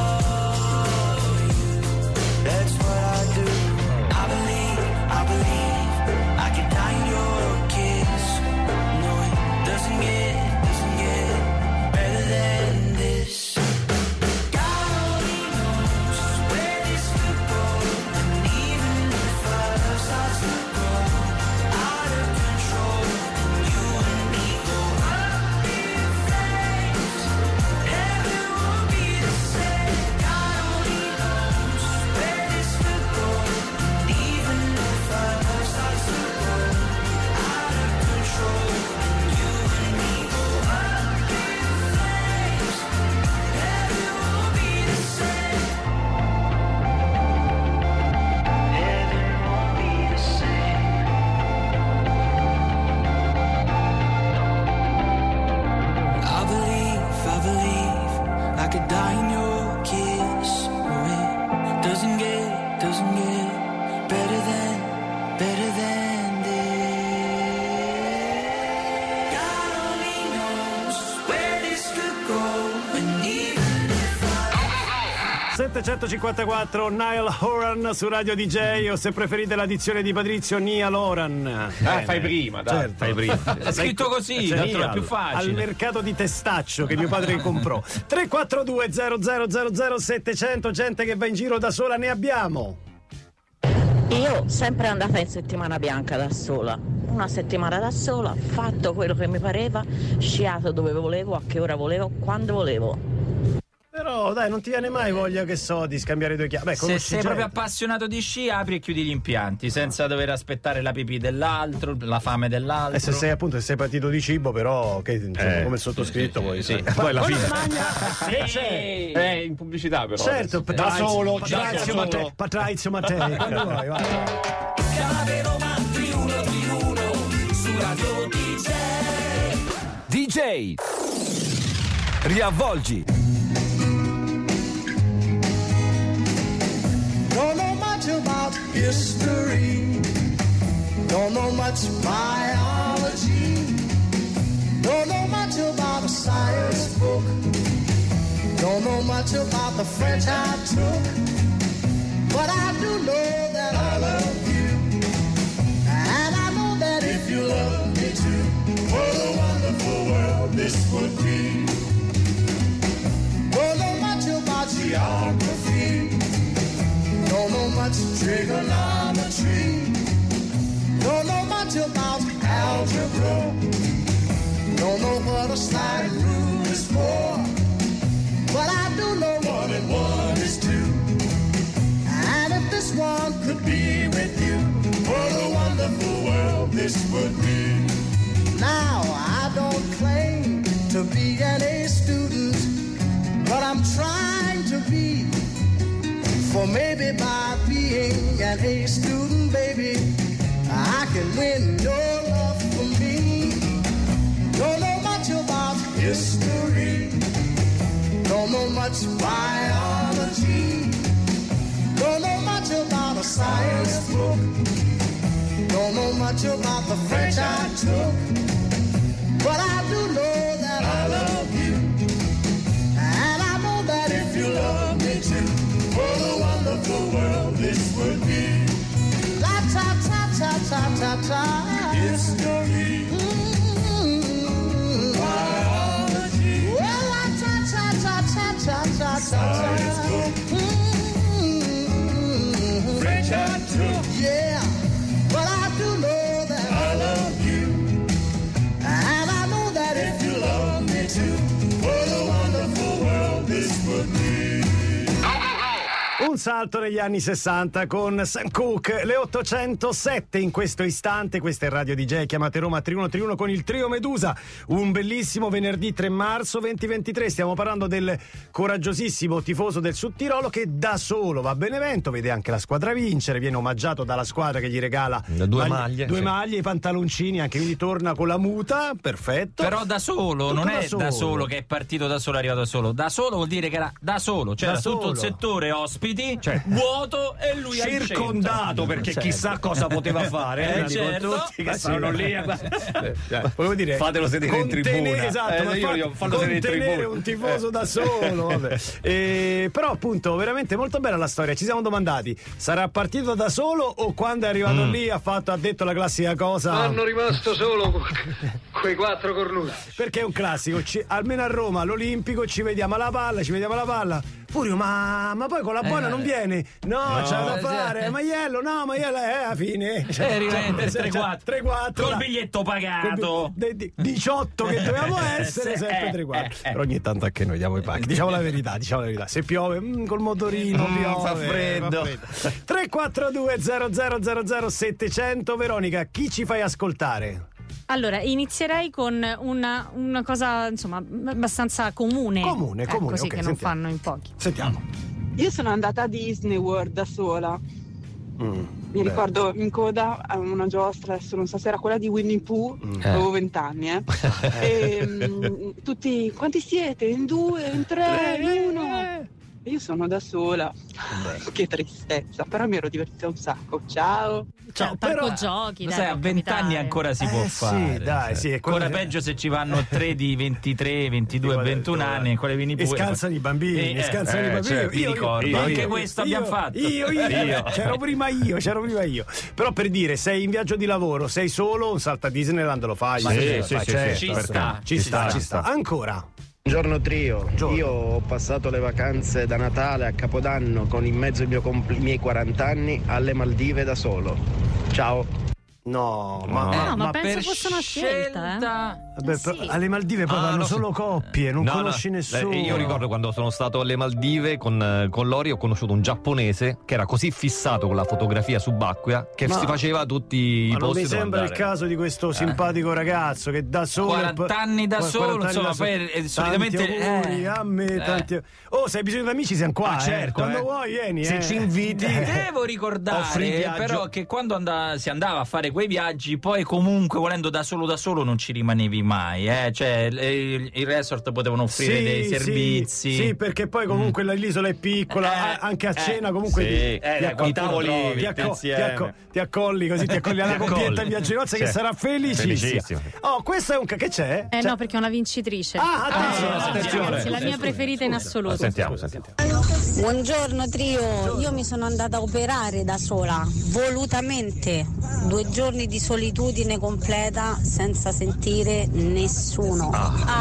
you. That's what I do. I believe, I believe I can die in your kiss. No, it doesn't get, doesn't get better than this. God only knows where this could go. And even if our love starts to go out of control, and you and me go up in flames, heaven won't be the same. God only knows where this could go. And even if our love starts to go out of control, and you and me go up in flames, heaven won't be the same. Heaven won't be the same. I believe, I believe I could die in your kiss. Oh, it doesn't get, doesn't get better than, better than this. God only knows where this could go, and even if I settecentocinquantaquattro Niall Horan su Radio D J, o se preferite l'addizione di Patrizio, Niall Horan. Ah, Bene. fai prima, dai. Certo. Fai prima. È scritto così, C'è d'altro è Niall, più facile. al mercato di testaccio che mio padre comprò. Tre quattro due zero zero zero zero settecento, gente che va in giro da sola, ne abbiamo. Io sempre andata in settimana bianca da sola, una settimana da sola, fatto quello che mi pareva, sciato dove volevo, a che ora volevo, quando volevo. Però dai, non ti viene mai voglia, che so, di scambiare due chiacchiere. Beh, Se conosci sei gente. proprio appassionato di sci, apri e chiudi gli impianti senza dover aspettare la pipì dell'altro, la fame dell'altro. E se sei appunto se sei partito di cibo, però che insomma, Eh, come il sottoscritto, sì, poi sì, sì. sì. Poi alla Quello fine. si mangia, che c'è? Eh, in pubblicità però. Certo, adesso. da solo, da Patrizio solo. Mattei, Patrizio Mattei, quando vuoi, vai. Canale novanta uno di uno su Radio D J. D J riavvolgi. history. Don't know much biology. Don't know much about a science book. Don't know much about the French I took. But I do know that I love you. And I know that if you love me too, what a wonderful world this would be. Don't know much about geography. Don't know much trigonometry. Don't know much about algebra. Don't know what a slide rule is for. But I do know one and one is two. And if this one could be with you, what a wonderful world this would be. Now, I don't claim to be an A student, but I'm trying to be. For maybe by being an A student, baby, I can win your love for me. Don't know much about history. Don't know much biology. Don't know much about a science book. Don't know much about the French I took. But I do know that I love you. And I know that if you love me too, what a wonderful world this would be. La ta ta ta ta ta ta. History. Mm-hmm. Biology. Well, la ta ta ta ta ta ta ta. Science book. Mm-hmm. French I took. Yeah, but I do know that I love you. And I know that if you love me too, what a wonderful world this would be. Un salto negli anni sessanta con Sam Cooke, le ottocentosette in questo istante. Questa è Radio D J, chiamate Roma tre uno tre uno con il trio Medusa. Un bellissimo venerdì tre marzo duemilaventitré. Stiamo parlando del coraggiosissimo tifoso del Sud Tirolo che da solo va a Benevento, vede anche la squadra vincere, viene omaggiato dalla squadra che gli regala due maglie, due sì. maglie, i pantaloncini, anche quindi torna con la muta, perfetto. Però da solo, Tutto non da è solo. da solo che è partito da solo, è arrivato da solo. Da solo vuol dire che era da solo, c'era Da tutto solo. il settore ospiti, Cioè, vuoto e lui al circondato, perché centro. chissà cosa poteva fare, Eh, eh, dico, certo. tutti che Ah, sì, stanno lì a... Volevo dire, fatelo sedere in contenere- tribuna. esatto, Eh, ma io fa- io fallo sedere in contenere tribuna. un tifoso Eh. da solo, vabbè. Eh, però appunto veramente molto bella la storia. Ci siamo domandati, sarà partito da solo o quando è arrivato Mm. lì ha fatto ha detto la classica cosa? Sono rimasto solo que- quei quattro cornuti. Perché è un classico, ci- almeno a Roma all'Olimpico ci vediamo alla palla, ci vediamo alla palla. Furio, ma, ma poi con la buona Eh. non viene? No, No, c'è da eh, fare. sì. Maiello, no, Maiello è alla fine. Eh, rivende Cioè, tre quattro. tre quattro. Col biglietto pagato. Col bi- de- de- diciotto che dovevamo essere, Eh, sempre eh, tre quattro. eh, eh. Però ogni tanto anche noi diamo i pacchi. Diciamo la verità, diciamo la verità. Se piove, mm, col motorino Mm, piove. fa freddo. tre quattro due zero zero zero zero settecento. Veronica, chi ci fai ascoltare? Allora, inizierei con una, una cosa, insomma, abbastanza comune. Comune, Eh, comune, così ok, che non sentiamo. fanno in pochi. Sentiamo. Io sono andata a Disney World da sola. Mm, Mi beh. ricordo in coda a una giostra, adesso non so se era quella di Winnie Pooh, Mm. avevo vent'anni, eh. e, mm, tutti, quanti siete? In due, in tre, in uno? E io sono da sola. Che tristezza, però mi ero divertita un sacco. Ciao. Cioè, al parco giochi, Lo dai, sai, a può vent'anni capitare. ancora si Eh, può sì, fare. dai, sì, è quello ancora che- peggio se ci vanno tre di ventitré, ventidue, ventuno anni, quelle vini E scansano i bambini, e scansano i bambini. vi ricordo, anche questo abbiamo io, fatto. Io, io, c'ero prima io, c'ero prima io. Però per dire, sei in viaggio di lavoro, sei solo, un salto a Disneyland lo fai. Ma sì, Sì, sì, fai, sì, certo, sì, ci perché- sta, ci ci sta, sta. ci sta. Ancora. Buongiorno trio, io ho passato le vacanze da Natale a Capodanno con in mezzo i miei, compl- i miei quaranta anni alle Maldive da solo. Ciao. No, ma, No, ma, ma penso per fosse una scelta. eh. Vabbè, Eh sì. però alle Maldive poi Ah, vanno no, sì. solo coppie, non No, conosci no. nessuno. Eh, Io ricordo quando sono stato alle Maldive con, eh, con Lori, ho conosciuto un giapponese che era così fissato con la fotografia subacquea che Ma- si faceva tutti i Ma non posti mi dove sembra il andare. caso di questo simpatico ragazzo che da solo quaranta anni da Qu- solo, quaranta anni insomma, da solo. poi, eh, solitamente- tanti auguri eh, a me, eh. tanti oh, se hai bisogno di amici siamo qua, Ah, eh. certo, Quando eh. vuoi vieni, Se eh. ci inviti, Eh. Devo Offri ricordare viaggio. però che quando and- si andava a fare quei viaggi, poi comunque volendo da solo da solo non ci rimanevi mai, eh? Cioè il, il resort potevano offrire Sì, dei sì, servizi. sì, perché poi comunque mm. l'isola è piccola, Eh, anche a eh, cena comunque sì. ti, Eh, ti, con i tavoli ti, acco- ti, insieme. acco- ti accolli così, ti accolli alla Ti accolli. coppietta in viaggio di nozze che Sì. sarà felicissima. Felicissima. Oh, questo è un ca- che c'è? Eh no, perché è una vincitrice. Ah, attenzione, Eh, attenzione. ragazzi, la mia preferita in assoluto. Sentiamo, sentiamo. Buongiorno trio, io mi sono andata a operare da sola, volutamente, due giorni di solitudine completa senza sentire nessuno.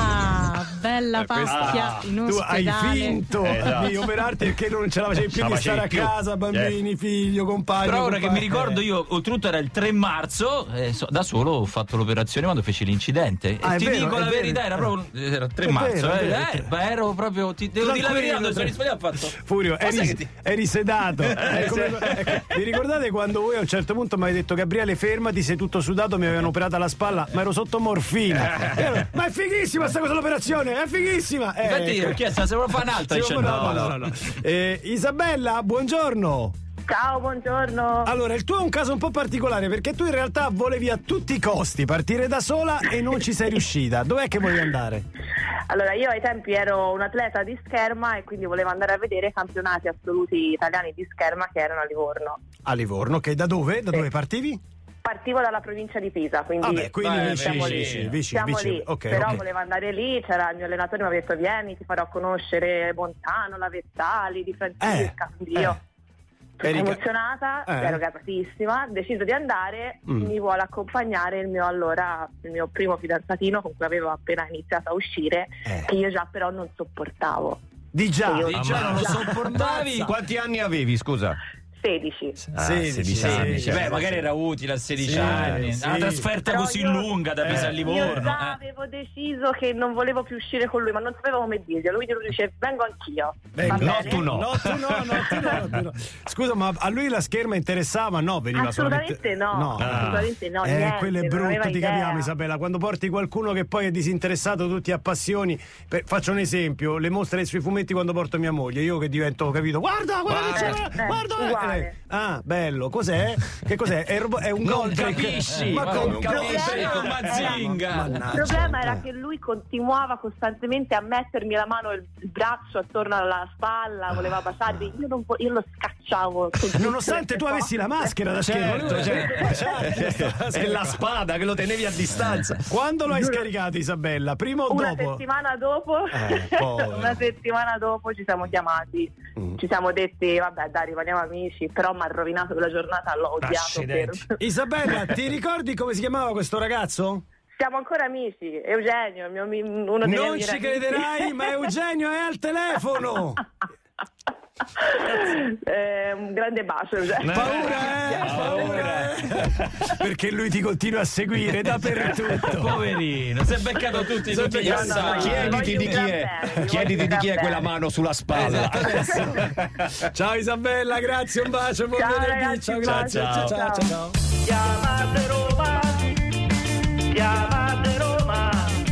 Ah, bella pastia in Tu hai ospedale. finto Esatto. di operarti perché non ce la facevi più Ce la di stare a facevi più. casa, bambini, figlio, compagno. Però ora che compagno. mi ricordo io, oltretutto era il tre marzo, eh, so- da solo ho fatto l'operazione quando feci l'incidente. Ah, e è ti vero, dico è la vero. verità, era proprio era il tre È marzo. vero, è eh, vero. eh, ma ero proprio. Ti devo dire la verità, quando sono risvegliato ho fatto. Furio, Cos'è eri, che ti- eri sedato. È Eh, come- sì. ecco, vi ricordate quando voi a un certo punto mi avete detto Gabriele fermati, sei tutto sudato, mi avevano operato alla spalla, ma ero sotto morfina. E ero, ma è fighissima sta cosa l'operazione, è fighissima. Eh, Infatti io ho ecco. chiesto se vuole fare un'altra. Sì, dice, no, no, no, no, no. Eh, Isabella, buongiorno. Ciao, buongiorno. Allora, il tuo è un caso un po' particolare perché tu in realtà volevi a tutti i costi partire da sola e non ci sei riuscita. Dov'è che volevi andare? Allora, io ai tempi ero un atleta di scherma e quindi volevo andare a vedere i campionati assoluti italiani di scherma che erano a Livorno. A Livorno, ok. Da dove? Da dove partivi? Partivo dalla provincia di Pisa, quindi, Vabbè, quindi Beh, vicini, siamo lì. vicini, vicini, Siamo vicini. lì. Ok, però ok. volevo andare lì, c'era il mio allenatore, mi aveva detto vieni, ti farò conoscere Montano, la Vezzali, Di Francesca, quindi io sono Eri ca- emozionata, Eh. ero gasatissima, decido di andare, Mm. mi vuole accompagnare il mio allora, il mio primo fidanzatino con cui avevo appena iniziato a uscire, Eh. che io già però non sopportavo. Di già, Io- Di già non lo sopportavi. Quanti anni avevi, scusa? sedici. Ah, sedici, sedici anni. sì. Beh, magari era utile a sedici Sì, anni. sì. Una trasferta Però così io- lunga da Pisa a Eh. Io Livorno. già eh. avevo deciso che non volevo più uscire con lui, ma non sapevo come dirglielo. Lui gli dice vengo anch'io. Vengo. Va No, bene? tu no. No, tu no, no, tu no, tu no. Scusa, ma a lui la scherma interessava? No, veniva Assolutamente solamente... no, assolutamente no, Eh, niente, quello è non brutto, aveva ti idea. capiamo Isabella, quando porti qualcuno che poi è disinteressato, tu ti appassioni. Per- faccio un esempio, le mostre sui fumetti quando porto mia moglie, io che divento, capito, guarda, guarda, che Guarda, c'è, eh, guarda, eh. uguale. Ah, bello, cos'è? Che cos'è? È, robo- è un Non gol trick? capisci, Ma ma come non un capisci, gol trick? con Mazinga. Mannaggia. Il problema era Eh. che lui continuava costantemente a mettermi la mano e il braccio attorno alla spalla, voleva baciarmi, io, non vo- io lo scacciavo. con tutte Nonostante le tu mie avessi la maschera da Certo, schermo, certo. È la spada che lo tenevi a distanza. Quando lo hai scaricato, Isabella? Prima o Una dopo? settimana dopo, Eh, povero. una settimana dopo ci siamo chiamati, Mm. ci siamo detti vabbè dai rimaniamo amici, però mi ha rovinato quella giornata, l'ho odiato per... Isabella, ti ricordi come si chiamava questo ragazzo? Siamo ancora amici, Eugenio, il mio, ami- uno dei miei Non migliori ci amici. crederai, ma Eugenio è al telefono! Eh, un grande bacio, Eugenio. Paura, eh? Paura, eh? Perché lui ti continua a seguire dappertutto. Poverino, si è beccato tutti, tutti gli no, no, assaggi. Chiediti di chi è, chiediti di chi è quella mano sulla spalla. Ciao Isabella, grazie, un bacio, buon Ciao, venerdì. ragazzi, Ciao, un grazie. bacio, Ciao, ciao, ciao. ciao. Chiamate Roma, chiamate Roma.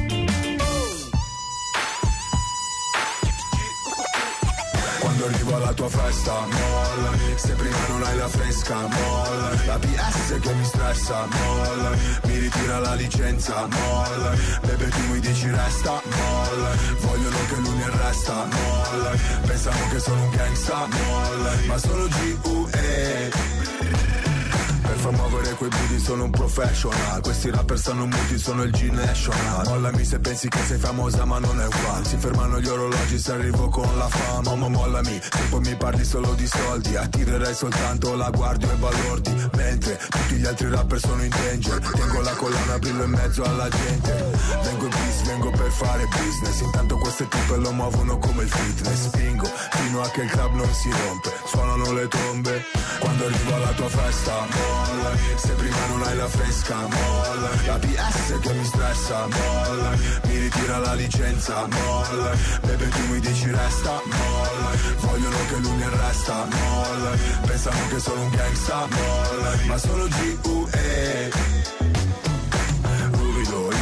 Quando arrivo alla tua festa, molla. Se prima non hai la fresca, molla. La P S che mi stressa, molla. Mi ritira la licenza, molla. Bebe tu mi dici resta, molla. Vogliono che lui mi arresta, molla. Pensano che sono un gangsta, molla. Ma sono G U E. Per far muovere quei booty sono un professional. Questi rapper stanno muti, sono il G-National. Mollami se pensi che sei famosa ma non è un fan. Si fermano gli orologi se arrivo con la fama. Momo mollami, se poi mi parli solo di soldi. Attirerei soltanto la guardia e balordi. Mentre tutti gli altri rapper sono in danger. Tengo la collana, brillo in mezzo alla gente. Vengo in peace, vengo per fare business. Intanto queste tipe lo muovono come il fitness. Spingo fino a che il club non si rompe. Suonano le trombe quando arrivo alla tua festa, molla. Se prima non hai la fresca, molla. La P S che mi stressa, molla. Mi ritira la licenza, molla. Bebe tu mi dici resta, molla. Vogliono che lui mi arresta, molla. Pensano che sono un gangsta, molla. Ma sono G U E. Ruvido,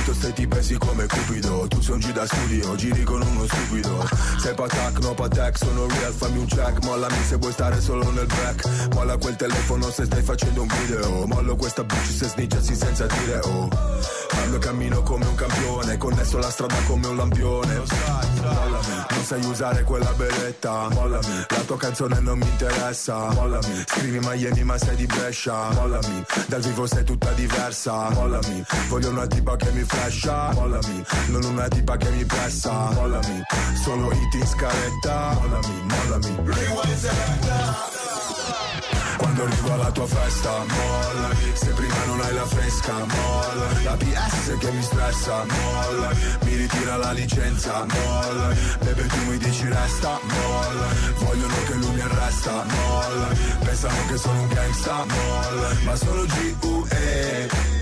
Tanto stai ti pesi come Cupido. Tu sei un G da studio, giri con uno stupido. Sei patac, no patac, sono real, fammi un check. Mollami se vuoi stare solo nel back. Molla quel telefono se stai facendo un video. Mollo questa bitch se snitchassi senza dire oh. Parlo e cammino come un campione, connesso la strada come un lampione. Mollami, non sai usare quella beretta. Mollami, la tua canzone non mi interessa. Mollami, scrivi Miami ma sei di Brescia. Mollami, dal vivo sei tutta diversa. Mollami, voglio una tipa che mi flasha. Mollami, non una tipa che mi pressa. Mollami, solo hit in scaletta. Mollami, mollami, rewind selecta. Quando arrivo alla tua festa, mollami. Se prima non hai la fresca, mollami. La P S che mi stressa, mollami. Mi ritira la licenza, mollami. Bebe tu mi dici resta, mollami. Vogliono che lui mi arresta, mollami. Pensano che sono un gangsta, mollami. Ma sono G U E.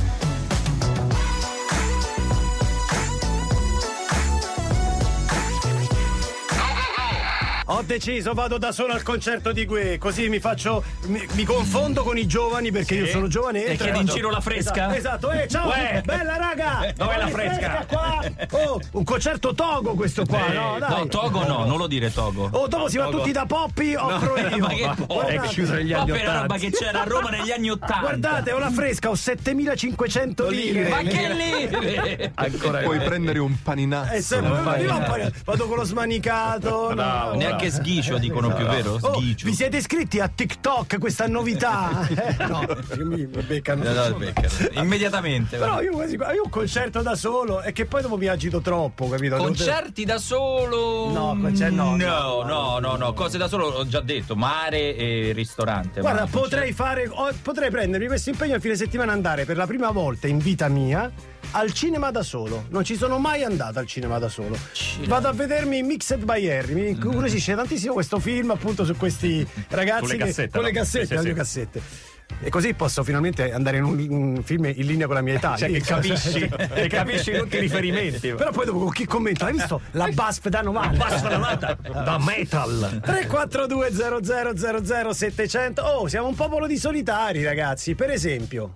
Ho deciso, vado da solo al concerto di Gue, così mi faccio. Mi, mi confondo con i giovani perché Sì. io sono giovanetto. E chiedi in giro la fresca? Esatto, esatto. Eh, ciao, Uè. bella raga! Dov'è la Ogni fresca? qua? Oh, un concerto Togo questo qua, Eh, no? Dai. no, Togo no, non lo dire Togo. Oh, dopo No, si va Togo. tutti da Poppi, offro io. Ma che Guardate. è chiuso negli anni ottanta. roba che c'era a Roma negli anni ottanta. Guardate, ho la fresca, ho settemilacinquecento lire. Ma che lire? Ancora puoi prendere un paninazzo. Eh, sempre, non fai- io non pare- vado con lo smanicato. no, Bravo, no. neanche sghicio dicono più, vero? Oh, Sghicio. vi siete iscritti a TikTok, questa novità? Eh, no, mi, mi beccano. No, no, beccano. Immediatamente. Però guarda. io quasi io ho un concerto da solo e che poi dopo mi agito troppo, capito? Concerti da solo? No, concerti no, No, no, no, no, cose da solo ho già detto, mare e ristorante. Guarda, ma potrei fare ho- potrei prendermi questo impegno il fine settimana e andare per la prima volta in vita mia al cinema da solo. Non ci sono mai andato al cinema da solo. Vado a vedermi Mixed by Harry. Mi incuriosisce tantissimo questo film, appunto, su questi ragazzi Con le che- cassette, con le no? cassette, Sì, sì, le sì. videocassette. E così posso finalmente andare in un, un film in linea con la mia età. Cioè, che capisci- che capisci tutti i riferimenti. Però poi dopo con chi commenta, hai visto la B A S F da novanta? B A S F da novanta, da metal. tre quattro due zero zero zero zero settecento. Oh, siamo un popolo di solitari, ragazzi. Per esempio.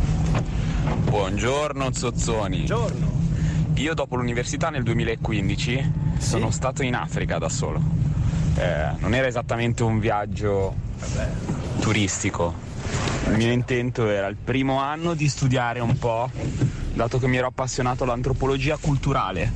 Buongiorno Zozzoni. Buongiorno. Io dopo l'università nel duemilaquindici sono stato in Africa da solo. Eh, non era esattamente un viaggio turistico. Il mio intento era il primo anno di studiare un po', dato che mi ero appassionato all'antropologia culturale,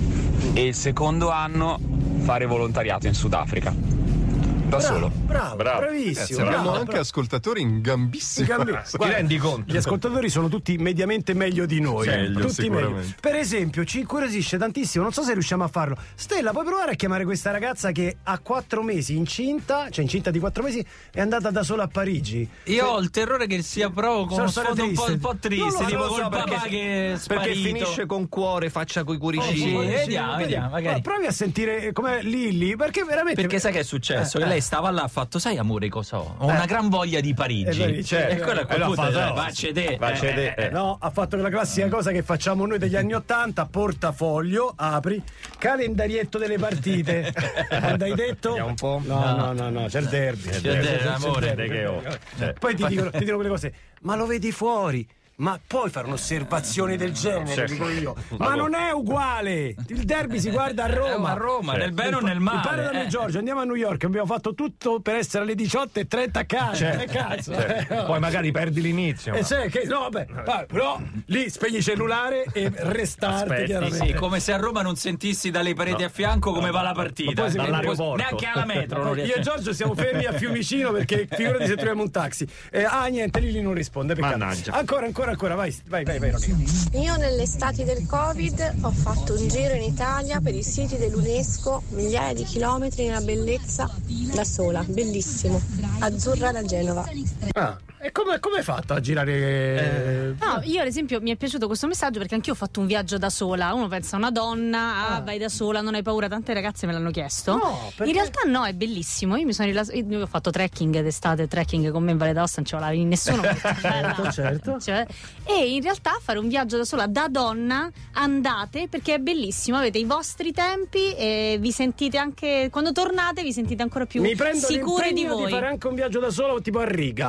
e il secondo anno fare volontariato in Sudafrica. Da Bravo, solo. bravo, bravissimo. Ragazzi, abbiamo bravo, anche bravo. ascoltatori in gambissima. Ti cambi- razza. Guarda, rendi conto? Gli ascoltatori sono tutti mediamente meglio di noi. Sì, eh. meglio, tutti sicuramente. meglio. Per esempio, ci incuriosisce tantissimo, non so se riusciamo a farlo. Stella, puoi provare a chiamare questa ragazza che ha quattro mesi incinta, cioè incinta di quattro mesi, è andata da sola a Parigi. Io ho il terrore che sia proprio con Sono uno storia sfondo un po', triste. un po' triste, Non lo tipo so, col perché- papà che è sparito. Perché finisce con cuore, faccia coi cuoricini. Sì, Oh, vediamo, vediamo, magari. Ma provi a sentire com'è Lilli, perché veramente. Perché sai che è successo? Eh, Che eh. lei stava là, ha fatto, sai amore cosa ho? Ho una Eh. gran voglia di Parigi. Eh, Parigi, certo. E quello a quel Eh, l'ha punto fatto, eh, no. vacci te. Vacci Eh, te, eh, eh. No, ha fatto quella classica cosa che facciamo noi degli anni ottanta, portafoglio, apri, calendarietto delle partite. Quando hai detto? Vediamo un po'. No, no, no, no, c'è il derby. C'è il derby, amore, derby. che ho. Cioè, Poi ti dicono, ti dicono quelle cose, ma lo vedi fuori? Ma puoi fare un'osservazione del genere, Certo. dico io. Ma Allora. non è uguale. Il derby si guarda a Roma. Eh, a Roma, Certo. nel bene o nel Il padre male. da me eh. Giorgio, andiamo a New York, abbiamo fatto tutto per essere alle diciotto e trenta a casa. Certo, Che cazzo? certo. Eh, Poi magari perdi l'inizio. e ma- sai che no, vabbè, va, però lì spegni il cellulare e restarti Aspetti, chiaramente. Sì, come se a Roma non sentissi dalle pareti a fianco come va la partita. Ma poi se- dall'aeroporto. Neanche alla metro. non Io riesce. e Giorgio siamo fermi a Fiumicino perché figurati se troviamo un taxi. Eh, ah, niente, Lili non risponde. Peccato. Mannaggia. Ancora, ancora, ancora, vai, vai, vai, vai, Ronica. Io nell'estate del Covid ho fatto un giro in Italia per i siti dell'UNESCO, migliaia di chilometri nella bellezza, da sola, bellissimo. Azzurra da Genova. Ah, e come come hai fatto a girare? No, io ad esempio mi è piaciuto questo messaggio perché anch'io ho fatto un viaggio da sola. Uno pensa a una donna, ah, vai da sola, non hai paura. Tante ragazze me l'hanno chiesto. No, perché- In realtà no, è bellissimo. Io mi sono rilas- io ho fatto trekking d'estate, trekking con me in Valle d'Aosta, non ce l'avevi nessuno. Certo, certo. Cioè, e in realtà fare un viaggio da sola da donna andate perché è bellissimo, avete i vostri tempi e vi sentite anche quando tornate vi sentite ancora più Mi prendo sicure di l'impegno voi. di fare anche un viaggio da solo tipo a riga.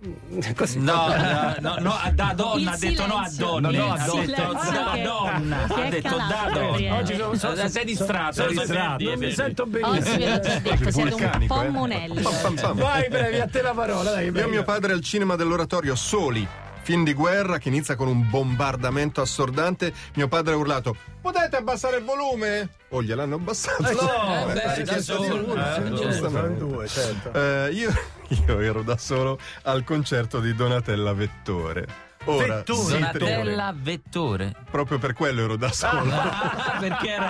Così. No, no, no, no, da donna Il ha detto no a silenzio. donne. No, no, ha a detto donne. da Che- donna. che Ha è detto da calato, donna. Gabriele. Oggi sono, sono, Eh, sei distratto, sono sei distratto, vedi, non mi vedi. sento Oggi benissimo. ve l'ho già detto, siete un vulcanico, po' eh. monelli. Pam, pam, pam. Vai, brevi, a te la parola, dai. Io brevi. mio padre al cinema dell'oratorio Soli. Film di guerra che inizia con un bombardamento assordante. Mio padre ha urlato: potete abbassare il volume? O gliel'hanno abbassato? Eh, no, Eh, beh, ha da richiesto di solo, uno, eh, sì, certo. giustamente. Sono in due, certo. Eh, io, io ero da solo al concerto di Donatella Vettore. Ora, Vettore. sì, Donatella Vettore. proprio per quello ero da solo. Ah, perché era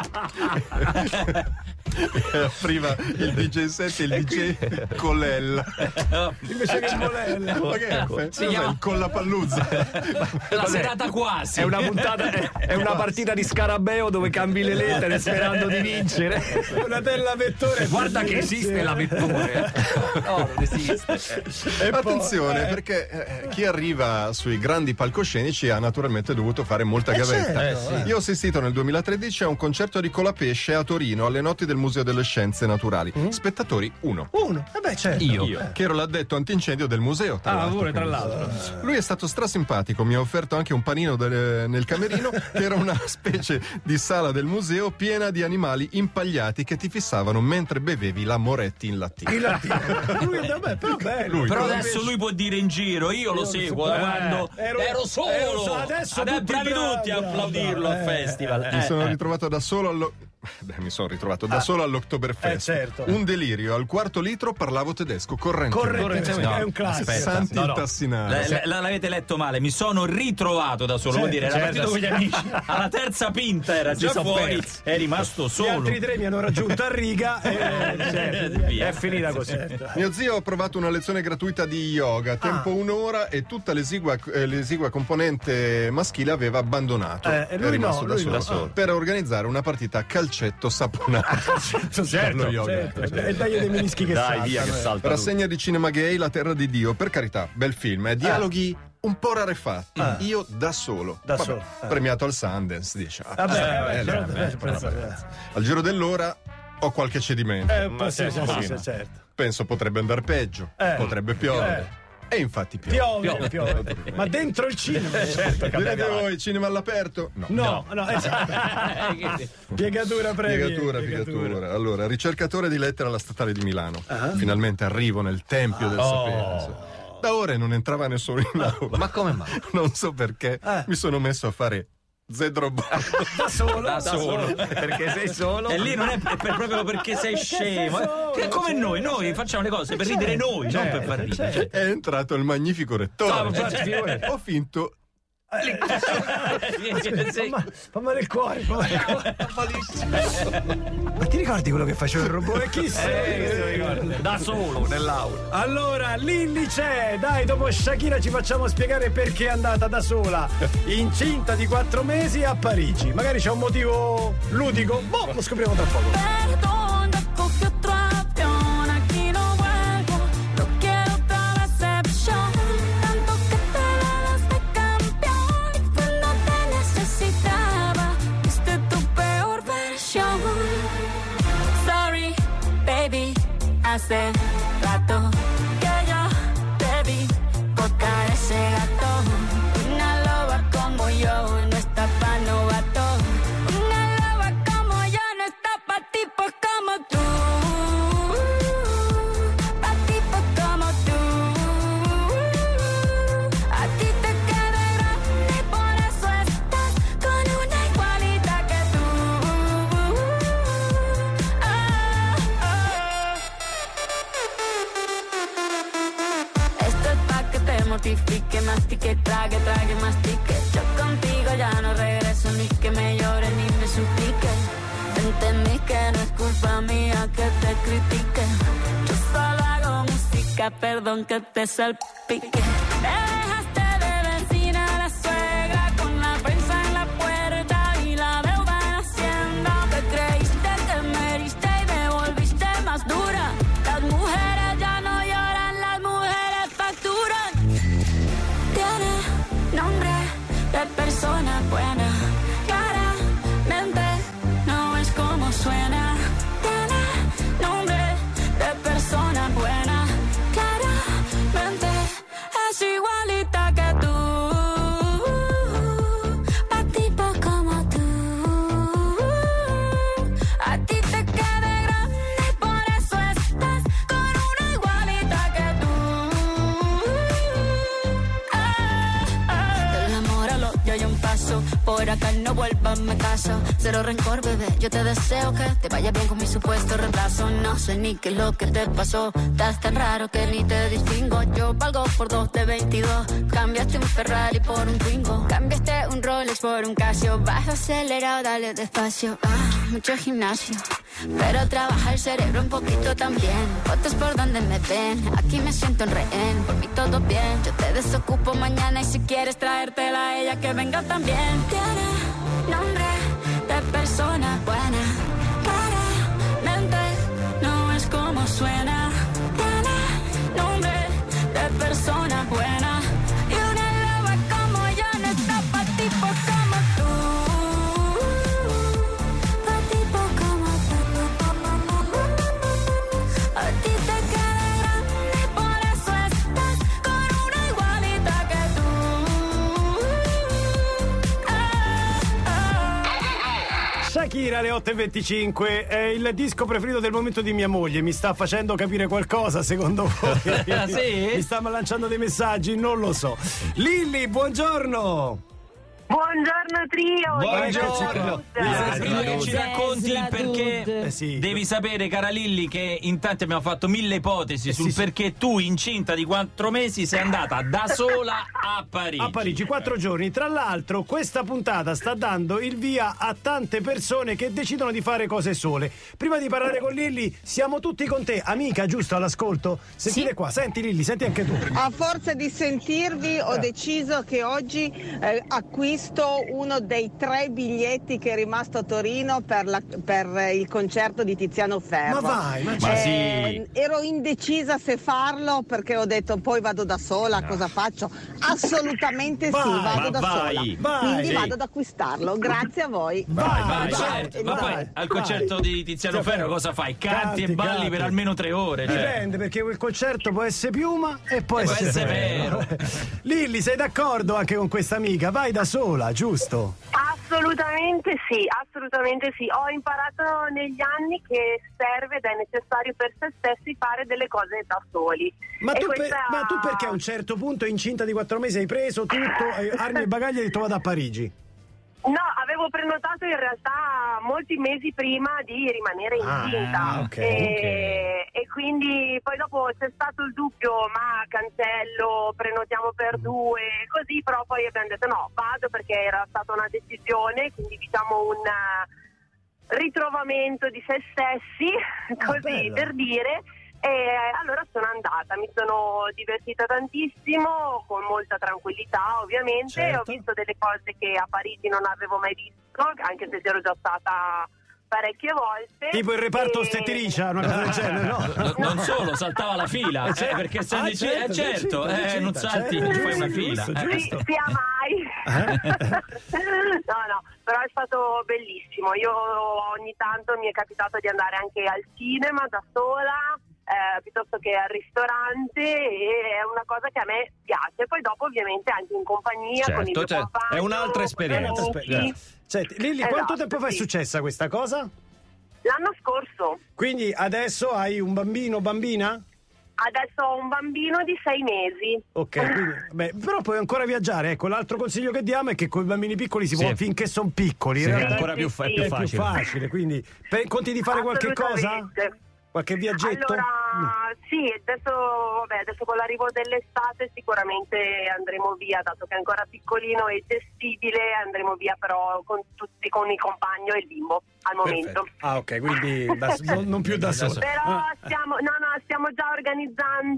E apriva il D J set e il D J Colella. Invece che Molella. Ma che è? Si Cos'è, chiama- il Collapalluzza? la serata quasi. È una puntata, è, è una partita di scarabeo dove cambi le lettere sperando di vincere. Donatella Vettore. Guarda che esiste la Vettore. No, non esiste. E poi- Attenzione, eh. perché eh, chi arriva sui grandi palcoscenici ha naturalmente dovuto fare molta Eh, gavetta. certo, eh. Io ho assistito nel duemilatredici a un concerto di Colapesce a Torino alle notti del Museo delle Scienze Naturali. Spettatori uno. Uno. Eh beh, certo. Io. Che ero l'addetto antincendio del museo. Tra Ah, l'altro, pure, tra quindi- l'altro. Lui è stato strasimpatico, mi ha offerto anche un panino del- nel camerino, che era una specie di sala del museo piena di animali impagliati che ti fissavano mentre bevevi la Moretti in latino. Il latino. Lui, vabbè, però bello. Lui, Però Colapesce- adesso lui può dire in giro, io lo seguo da Eh, quando ero- ero solo. ero so- adesso Adesso tutti bravi bravi, tutti a bravi, applaudirlo bravi. al festival. Mi Eh, sono eh. ritrovato da solo allo... Beh, mi sono ritrovato da solo all'Oktoberfest. Eh, certo. Un delirio, al quarto litro parlavo tedesco, correntemente. Corretto, No, è un classico. aspetta. Santi No, il no. Tassinaro. La- la- la- l'avete letto male, mi sono ritrovato da solo, vuol dire, era Certo, partito con gli amici. Alla terza pinta era già son fuori, persi. è rimasto Gli solo. altri tre mi hanno raggiunto a riga e certo, Via. È finita così. certo. Mio zio ha provato una lezione gratuita di yoga, tempo Ah. un'ora, e tutta l'esigua, eh, l'esigua componente maschile aveva abbandonato. Eh, e lui è rimasto no, da, lui solo, no. solo, per organizzare una partita a calcetto saponato. certo, Allo yoga. certo. E dai dei menischi che Dai, saltano, via che eh. salta. Rassegna di Cinema Gay, La terra di Dio, per carità, bel film, eh, dialoghi un po' rarefatti. Ah. Io da solo. Da Vabbè, solo, eh. premiato al Sundance, dice. ah, Vabbè, eh, vabbè, eh, però- eh, eh, eh, penso- Al giro dell'ora ho qualche cedimento. Eh, un po' sì, sì, certo, sì, sì. certo. Penso potrebbe andare peggio, Eh. potrebbe piovere. E infatti piove. Piove, piove. Ma dentro il cinema. Certo, Direte cambiamo. voi, cinema all'aperto? No. No, no, esatto. Piegatura previa. Piegatura, piegatura. Allora, ricercatore di lettere alla Statale di Milano. Ah. Finalmente arrivo nel tempio del Oh. sapere. Da ore non entrava nessuno in aula. Ma come mai? Non so perché. Ah. Mi sono messo a fare Z-Robot. Da solo. Da solo. Perché sei solo. E lì non è per- proprio perché sei scemo. sei solo, eh. È come certo. noi, noi facciamo le cose per ridere noi, non per far ridere. certo. È entrato il magnifico rettore. No, ma infatti, figurati. Ho finto. Sì. Ma, fa male il cuore, fa male il cuore. Ma ti ricordi quello che faceva il robot? E chi sei? Da solo nell'aula. Allora, Lilli c'è! Dai, dopo Shakira ci facciamo spiegare perché è andata da sola, incinta di quattro mesi a Parigi. Magari c'è un motivo ludico? Boh, lo scopriamo tra poco. Perdón, ya cogí otro avión, aquí no vuelvo, no quiero otra decepción. Tanto que te ganaste campeón y cuando te necesitaba, viste tu peor versión. Sorry, baby, hace rato que yo te vi tocar ese gato. Una loba como yo no está pa' novato. Una loba como yo no está pa' tipos como tú. Pa' tipos como tú. A ti te queda grande y por eso estás con una igualita que tú. Ah, ah. Esto es pa' que te mortifique, mastique, trague, trague, mastique. Yo contigo ya no regreso, ni que me llore ni me suplique. Entendí que no es culpa mía que te critique. Yo solo hago música, perdón que te salpique. Te dejaste de vecina a la suegra con la prensa en la puerta y la deuda en Hacienda. Te creíste que me heriste y me volviste más dura. Las mujeres ya no lloran, las mujeres facturan. Tiene nombre de persona buena, claramente no es como suena. Tiene nombre de persona buena, claramente no vuelvas, me caso. Cero rencor, bebé, yo te deseo que te vaya bien con mi supuesto reemplazo. No sé ni qué es lo que te pasó, estás tan raro que ni te distingo. Yo valgo por dos de veintidós, cambiaste un Ferrari por un Twingo. Cambiaste un Rolex por un Casio, vas acelerado, dale despacio. Ah, mucho gimnasio, pero trabaja el cerebro un poquito también. Fotos por donde me ven, aquí me siento en rehén. Por mí todo bien, yo te desocupo mañana. Y si quieres traértela a ella, que venga también. Tiene nombre de persona buena, claramente no es como suena. Tiene nombre de persona buena, y una loba como yo no está pa' tipos como tú. Pa' tipos como tú. A ti te queda grande y por eso estás con una igualita que tú. Shakira alle otto e venticinque è il disco preferito del momento di mia moglie. Mi sta facendo capire qualcosa secondo voi? Sì? Mi sta lanciando dei messaggi? Non lo so. Lilli, buongiorno. Buongiorno trio. Buongiorno. Buongiorno. Prima che ci racconti il perché, Eh sì. devi sapere, cara Lilli, che intanto abbiamo fatto mille ipotesi sul sì, sì. perché tu, incinta di quattro mesi, sei andata da sola a Parigi. A Parigi, quattro giorni. Tra l'altro, questa puntata sta dando il via a tante persone che decidono di fare cose sole. Prima di parlare con Lilli, siamo tutti con te. Amica, giusto, all'ascolto? Sentite qua, senti Lilli, senti anche tu. A forza di sentirvi ho deciso che oggi eh, acquisto uno dei tre biglietti che è rimasto a Torino per, la, per il concerto di Tiziano Ferro. Ma vai, ma, Ma Eh, sì. ero indecisa se farlo perché ho detto poi vado da sola, cosa faccio? Assolutamente Vai, sì, vado ma da vai, sola. vai. Quindi Sì. vado ad acquistarlo. Grazie a voi. Vai, vai, vai, certo. Ma vai, poi vai. al concerto di Tiziano Ferro cosa fai? Canti, Canti, e balli canti. per almeno tre ore. Cioè. Dipende, perché quel concerto può essere piuma e può Può essere, essere vero. vero. Lilli, sei d'accordo anche con questa amica? Vai da sola, giusto? Assolutamente sì, assolutamente sì. Ho imparato negli anni che serve ed è necessario per se stessi fare delle cose da soli. Ma E tu, per- questa- ma tu perché a un certo punto, incinta di quattro mesi, hai preso tutto, hai- armi e bagagli e hai detto vado a Parigi? No, avevo prenotato in realtà molti mesi prima di rimanere incinta. Ah, ok, e, e quindi poi dopo c'è stato il dubbio, ma cancello, prenotiamo per due, così, però poi abbiamo detto no, vado perché era stata una decisione, quindi diciamo un eh, ritrovamento di se stessi, così bello. per dire. E allora sono andata, mi sono divertita tantissimo, con molta tranquillità ovviamente, Certo. ho visto delle cose che a Parigi non avevo mai visto, anche se ero già stata parecchie volte. Tipo il reparto E- ostetricia, una cosa del genere, no? No, non solo, saltava la fila, Eh, eh, certo. perché se Ah, ne dici- certo, eh, certo, sei cinta, sei eh, non cinta, salti, certo, fai una giusto, fila. giusto, eh. Sì, sia mai. no, no, però è stato bellissimo. Io ogni tanto mi è capitato di andare anche al cinema da sola, eh, piuttosto che al ristorante, e è una cosa che a me piace. Poi dopo ovviamente anche in compagnia con i Certo, miei certo. compagni, È un'altra con gli esperienza. amici. Senti, Lilli, quanto Esatto, tempo fa è sì. successa questa cosa? L'anno scorso. Quindi adesso hai un bambino o bambina? Adesso ho un bambino di sei mesi. Ok, quindi, beh, però puoi ancora viaggiare. Ecco, l'altro consiglio che diamo è che con i bambini piccoli si può, Sì. finché sono piccoli. Sì, in è realtà ancora più, fa- è più è facile. più facile. Quindi, pe- conti di fare qualche cosa? Assolutamente. Qualche viaggetto? Allora, sì, adesso, vabbè, adesso con l'arrivo dell'estate sicuramente andremo via, dato che è ancora piccolino e gestibile, andremo via però con tutti, con il compagno e il bimbo al momento. Perfetto. Ah, ok, quindi da- non, non più da solo. Però Ah. stiamo, no, no, stiamo già organizzando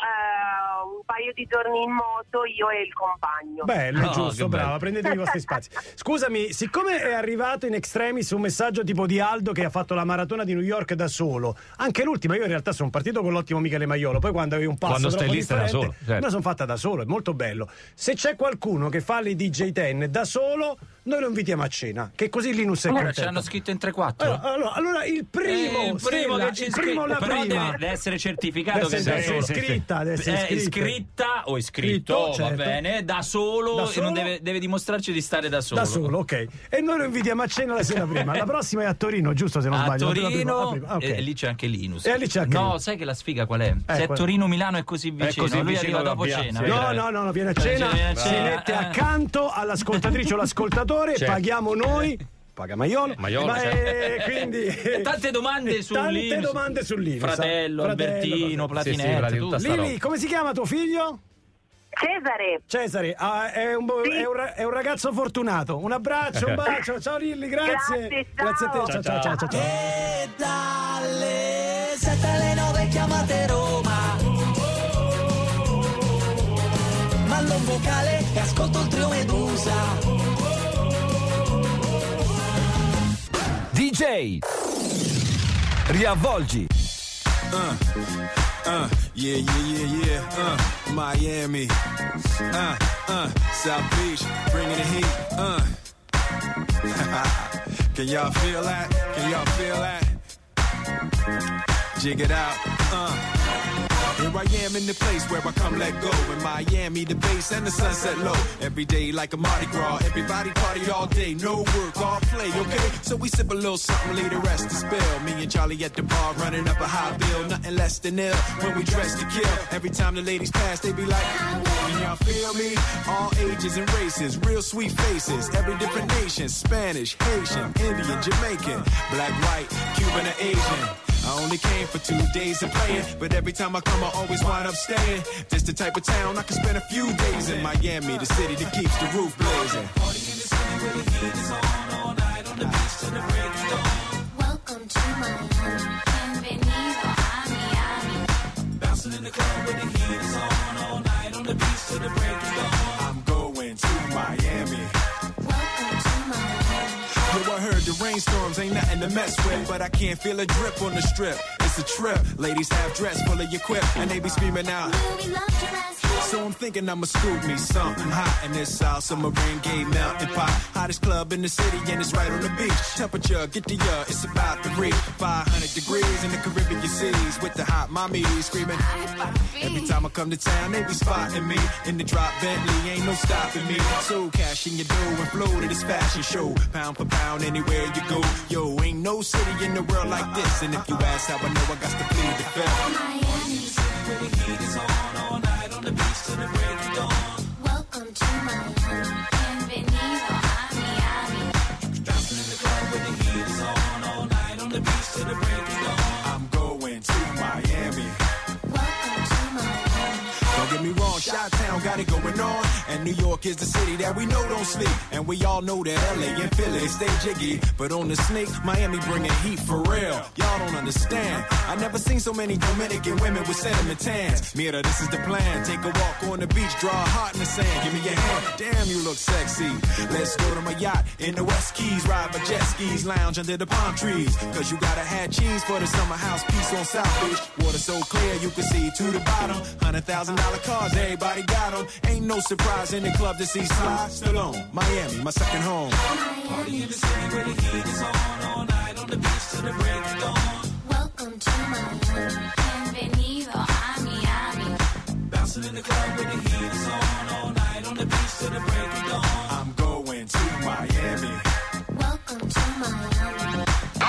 eh, un paio di giorni in moto, io e il compagno. Bello, Oh, giusto, che bello. brava, prendetevi i vostri spazi. Scusami, siccome è arrivato in extremis un messaggio tipo di Aldo che ha fatto la maratona di New York da solo, anche l'ultima, io in realtà sono partito con l'ottimo Michele Maiolo, poi quando avevi un passo Quando stai troppo lì stai da differente, solo, certo. me la sono fatta da solo, è molto bello. Se c'è qualcuno che fa le D J ten da solo, noi lo invitiamo a cena, che così Linus è Allora, contento. ce l'hanno scritto in tre quattro. Allora, allora, allora, il primo, Eh, il primo Stella, che ci il primo iscri- la però prima. deve, deve essere certificato Deve che essere sei solo. iscritta, deve essere Eh, iscritta. iscritta o iscritto, Iscritto, va certo. bene, da solo, Da e solo? non deve, deve dimostrarci di stare da solo. Da solo, ok. E noi lo invitiamo a cena la sera prima. La prossima è a Torino, giusto se non A sbaglio? La prima- Torino, la prima- ah, ok. e lì c'è anche Linus. E lì c'è anche no, Linus. sai che la sfiga qual è? Se qual- Torino-Milano è così vicino, così lui vicino arriva dopo via, cena. sì. No, vedrai. no, no, no, viene a Viene cena, a si cena, mette eh. accanto all'ascoltatrice o l'ascoltatore motore, Certo. paghiamo noi. Paga Maiolo, Maiolo, ma certo. eh, quindi Tante domande su tante Lili, domande su Lili, Fratello, sa- Albertino, fratello, Sì, sì, Platinetta, Platini, tutto. tutta sta Lili, come si chiama tuo figlio? Cesare. Cesare, ah, è, un bo- Sì. è, un ra- è un ragazzo fortunato. Un abbraccio, un bacio. Ciao Lilli, grazie. Grazie, Grazie a te. ciao. Ciao, ciao, ciao, ciao. ciao. E dalle sette alle nove chiamate Roma. Mando un vocale e ascolto il trio Medusa. D J Riavvolgi. Uh, uh, yeah, yeah, yeah, yeah. Uh, Miami. Uh, uh, South Beach, bringing the heat. Uh. Can y'all feel that? Can y'all feel that? Jig it out. Uh. Here I am in the place where I come let go. In Miami, the bass and the sunset low. Every day like a Mardi Gras. Everybody party all day. No work, all play, okay? So we sip a little something, leave the rest to spill. Me and Charlie at the bar running up a high bill. Nothing less than ill when we dress to kill. Every time the ladies pass, they be like, can y'all feel me? All ages and races, real sweet faces. Every different nation, Spanish, Haitian, Indian, Jamaican, black, white, Cuban, or Asian. I only came for two days of playing, but every time I come I always wind up staying. This the type of town I can spend a few days in. Miami, the city that keeps the roof blazing. Party in the city where the heat is on, all night on the beach till the break of dawn. Welcome to Miami, bienvenido a Miami. Bouncing in the club where the heat is on, all night on the beach till the break of dawn. I'm going to Miami. Yo, I heard the rainstorms ain't nothing to mess with, but I can't feel a drip on the strip. It's a trip. Ladies have dress full of your quip, and they be screaming out. So I'm thinking I'ma scoop me something hot in this South Submarine Gay Mountain Pot. Hottest club in the city, and it's right on the beach. Temperature, get the uh, it's about to reach five hundred degrees in the Caribbean seas with the hot mommy screaming. Every time I come to town, they be spotting me in the drop Bentley, ain't no stopping me. So cash in your dough and flow to this fashion show, pound for pound anywhere you go. Yo, ain't no city in the world like this, and if you ask how I know, I got to plead the fifth. Miami, city where the heat is on, all night on the beach till the break of dawn. Welcome to Miami, bienvenido a Miami. Bouncing in the club where the heat is on, all night on the beach till the break of dawn. I'm going to Miami. Welcome to Miami. Don't get me wrong, Chi-Town got it going on, and New York is the city that we know don't sleep, and we all know that L A and Philly stay jiggy, but on the sneak, Miami bringing heat for real. Y'all don't understand. I never seen so many Dominican women with sentiment tans. Mira, this is the plan. Take a walk on the beach, draw a heart in the sand. Give me your hand. Damn, you look sexy. Let's go to my yacht in the West Keys, ride my jet skis, lounge under the palm trees. Cause you gotta have cheese for the summer house piece on South Beach. Water so clear you can see to the bottom. Hundred thousand dollar cars, everybody got them. Ain't no surprise in the club to see Sly Stallone. Miami, my second home. Party in the city where the heat is on, all night on the beach till the break of dawn. Welcome to Miami, bienvenido a Miami. Bouncing in the club where the heat is on, all night on the beach till the break of dawn. I'm going to Miami. Welcome to Miami.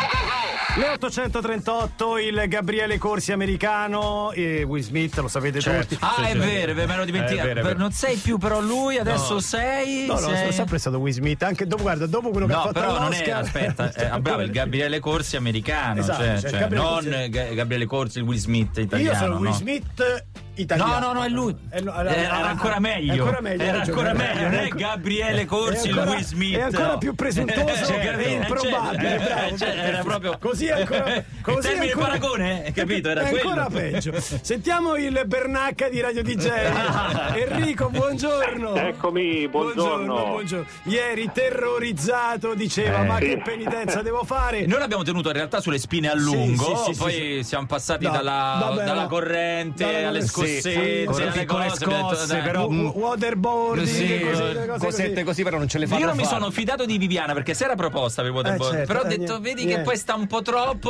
Le ottocentotrentotto, il Gabriele Corsi americano e Will Smith, lo sapete Certo. tutti. Ah, Sì, è sì. vero, me l'ero dimenticato. È vero, è vero. Non sei più però lui, adesso No. sei. No, no, sei... è sempre stato Will Smith, anche dopo, guarda, dopo quello che ha No, fatto però non è, all'Oscar. aspetta, eh, bravo, il Gabriele Corsi americano, Esatto, cioè, cioè, cioè, Gabriele non Corsi- Ga- Gabriele Corsi, il Will Smith italiano. Io sono Will no? Smith italiano. No, no, no, è lui. Eh, no, Eh, era ancora meglio. È ancora meglio. Era hai ancora ragione. meglio, non è anco- Gabriele Corsi, è il ancora- Will Smith. È ancora no. più presuntuoso Cioè, e capito? improbabile. Cioè, bravo. cioè, era proprio Così è ancora. Così il termine è ancora- paragone, hai capito? Era è quello. ancora peggio. Sentiamo il Bernacca di Radio D J. Enrico, buongiorno. Eccomi, buongiorno. buongiorno. Ieri terrorizzato diceva: Eh. ma Sì. che penitenza devo fare? Noi l'abbiamo tenuto in realtà sulle spine a Sì, lungo, sì, sì, poi sì. siamo passati No, dalla, vabbè, dalla no. corrente Dalla alle corrente, scossette, sì, con le alle piccole cose, abbiamo detto, scosse, dai. però W- waterboarding, Sì, cose, cose cosette così. così però non ce le fanno Io non mi fare. sono fidato di Viviana perché si era proposta per il waterboard, Eh, certo, però ho eh, detto niente, vedi niente. che poi sta un po' troppo, Eh, quindi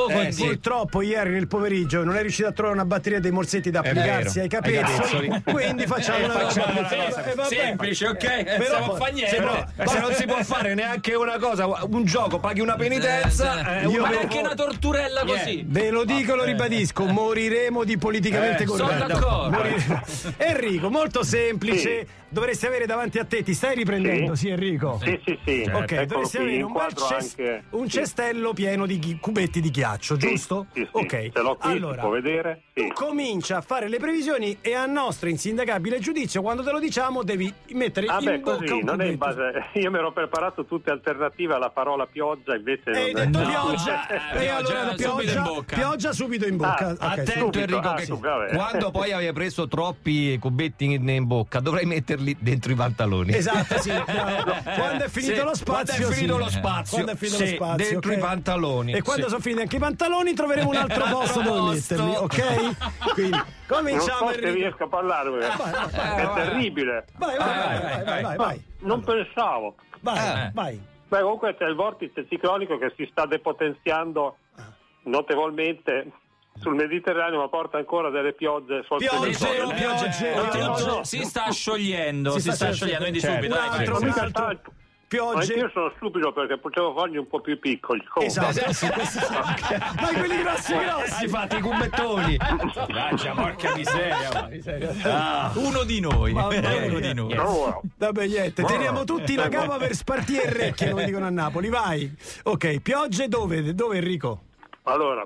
sì. Purtroppo ieri nel pomeriggio non è riuscito a trovare una batteria dei morsetti da applicarsi ai capezzoli, quindi facciamo una cosa semplice, ok? Però se, no, se non si può fare neanche una cosa, un gioco, paghi una penitenza, eh, io anche una torturella così. Ve lo dico, lo ribadisco, moriremo di politicamente eh, corretto. Sono d'accordo. Moriremo. Enrico, molto semplice. Sì. Dovresti avere davanti a te, ti stai riprendendo? Sì, sì Enrico? Sì, sì, sì. Ok, certo, dovresti avere un bel ces- anche... un cestello pieno di ghi- cubetti di ghiaccio, sì, giusto? Sì, sì. Ok. Ce l'ho qui, allora, si può vedere. Sì. Tu comincia a fare le previsioni e a nostro insindacabile giudizio, quando te lo diciamo, devi mettere ah, in beh, bocca così, un non cubetto. è in base. Io mi ero preparato tutte alternative alla parola pioggia, invece. Hai non detto è... pioggia, no. e eh, allora pioggia, pioggia, subito in bocca. pioggia subito in bocca. Ah, okay, attento subito, Enrico, ah, che sì, vabbè. quando poi avevi preso troppi cubetti in, in bocca, dovrai metterli dentro i pantaloni. Esatto, sì. Quando è finito sì, lo spazio, quando è finito sì. lo spazio, quando è finito sì, lo spazio, dentro okay? i pantaloni. E quando sì. sono finiti anche i pantaloni, troveremo un altro posto dove metterli, ok? Quindi cominciamo. Non so se riesco a parlare, vai, vai, vai, è vai, terribile. Vai, vai, vai, vai, vai, vai, vai. Non pensavo. Vai, vai. Beh, comunque c'è il vortice ciclonico che si sta depotenziando notevolmente sul Mediterraneo, ma porta ancora delle piogge sul piogge, territorio. piogge, Oltretutto no, no. si sta sciogliendo, si, si sta, sta sciogliendo, quindi certo. subito. Un Dai, altro, vai. un altro. Piogge. Ma io sono stupido perché potevo fargli un po' più piccoli. Esatto, sì, questi sono... ma quelli grossi grossi. Hai fatto i cubettoni. Faccia, porca miseria. Ah, uno di noi. Ma, eh, uno di noi. No. Vabbè, niente, teniamo tutti la cava per spartire il recchie, come dicono a Napoli. Vai. Ok, piogge dove? Dove Enrico? Allora,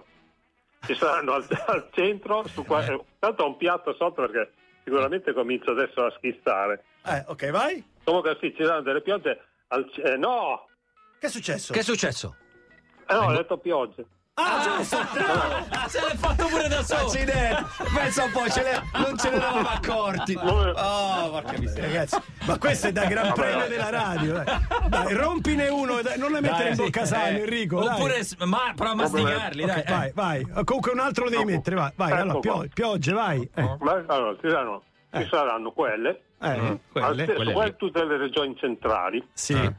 ci saranno al, al centro, su qua, eh, tanto ho un piatto sotto perché sicuramente comincio adesso a schistare. Eh, ok, vai. Comunque sì, ci saranno delle piogge al eh, no! Che è successo? Che è successo? Eh no, ho detto piogge. Ah, giusto! Ah, se l'è fatto pure da solo! Accidenti! Pensa un po', ce le, non ce ne eravamo accorti! Oh, porca miseria! Ragazzi, ma questo è da gran premio della radio, eh. Dai, rompine uno, dai, non le mettere Dai, in sì, bocca eh. sano, Enrico. Oppure, dai. ma prova a masticarli, Okay, dai. vai, vai. Comunque un altro lo devi mettere, vai. vai. Ecco Allora, pio- qua. piogge, vai. Eh. Ma, allora, ci saranno, Eh. ci saranno quelle, Eh, al quelle, stesso- quelle quelle lì. tutte le regioni centrali, Sì.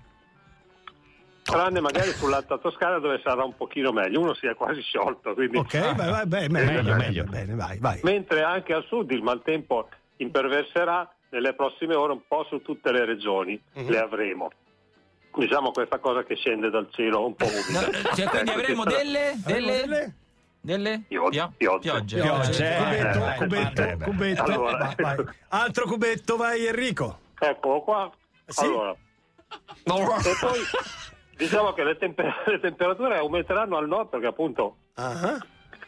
tranne magari sull'Alta Toscana dove sarà un pochino meglio. Uno si è quasi sciolto, quindi... Ok, vai, vai, beh, meglio, meglio. Bene, vai, vai. Mentre anche al sud il maltempo imperverserà nelle prossime ore un po' su tutte le regioni, Mhm. le avremo. Diciamo questa cosa che scende dal cielo un po' umida. Cioè, quindi Ecco, avremo ci sarà- delle... delle... Delle? Delle? Piogge. Piogge. Piogge. Piogge, cubetto, Eh, cubetto, eh, beh. cubetto. Allora, Va- vai. Altro cubetto, vai Enrico. Eccolo qua. Sì? Allora. E poi diciamo che le, temper- le temperature aumenteranno al nord perché appunto Ah.